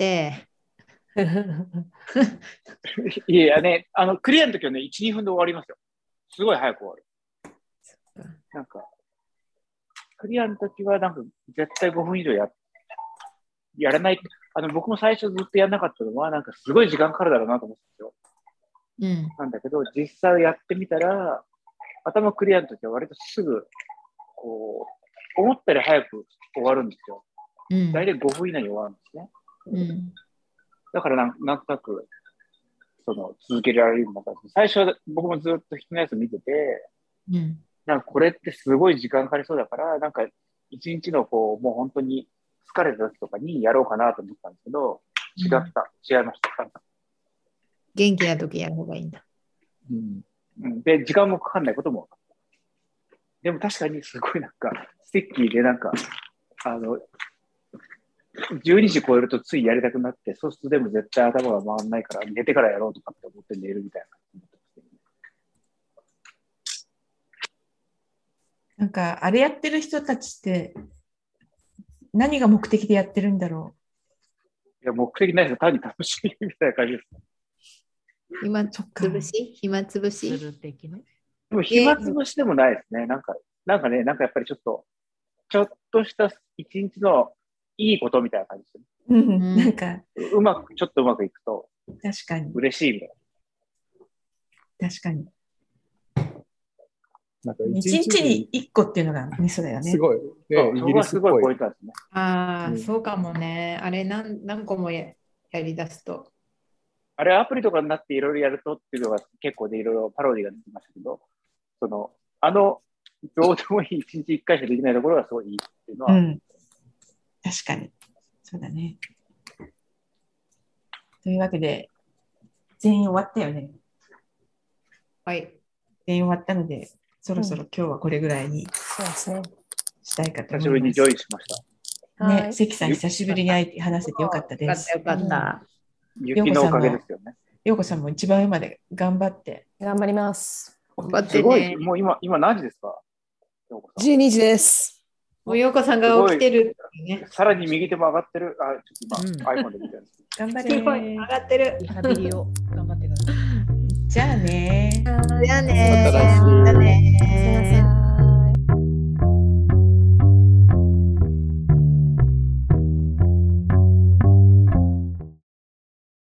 いやね、あの、クリアの時はね、いち、にふんで終わりますよ。すごい早く終わる。なんか、クリアの時はなんか絶対ごふん以上や、やらない。あの、僕も最初ずっとやらなかったのは、なんかすごい時間かかるだろうなと思ってたんですよ。うん。なんだけど、実際やってみたら、頭クリアの時は割とすぐ、こう、思ったより早く終わるんですよ。うん。大体ごふん以内に終わるんですね。うん。だからなん、なんとなく、その、続けられるようになったんです。最初は僕もずっと人のやつ見てて、うん。なんかこれってすごい時間かかりそうだから、なんか一日のこう、もう本当に疲れた時とかにやろうかなと思ったんですけど、違った。うん、違いました。 元気な時やる方がいいんだ。 うん。で、時間もかかんないことも分かった。でも確かにすごいなんか、ステッキーでなんか、あの、じゅうにじ超えるとついやりたくなって、そうするとでも絶対頭が回らないから、寝てからやろうとかって思って寝るみたいな。 なんか、あれやってる人たちって、何が目的でやってるんだろう。いや、目的ないですよ。単に楽しみみたいな感じです。 暇つぶし暇つぶしでも暇つぶしでもないですね。なんか、なんかね、なんかやっぱりちょっと、ちょっとした一日のいいことみたいな感じですね。 うん、なんか、 うまく、ちょっとうまくいくと、 確かに。 嬉しいみたいな。確かに。 なんか一日に一個っていうのがミソだよね。 すごい。 ね、イギリスっぽいポイントですね。 ああ、うん、そうかもね。あれ何、何個も や, やり出すと。 あれ、アプリとかになっていろいろやるとっていうのが結構でいろいろパロディが出てましたけど、その、あの、どうでもいい一日一回しかできないところがすごいいいっていうのは。うん、 確かに。そうだね。というわけで、全員終わったよね。 はい。 全員終わったので、そろそろ今日はこれぐらいにしたいかと思います。 久しぶりにジョインしました。 ね、関さん久しぶりに会えて話せてよかったです。 よかった、よかった。 雪のおかげですよね。 ようこさんも一番上まで頑張って。 頑張ります。 頑張ってね。 すごい、もう今、今何時ですか？ じゅうにじです。 もうようこさんが起きてる、 ね。さらに右手も上がってる。あ、ちょっと今、うん、iPhone で見てるんです。 頑張れ。 上がってる。 リハビリを頑張ってください。 じゃあね。 じゃあね。 また来週。 またね。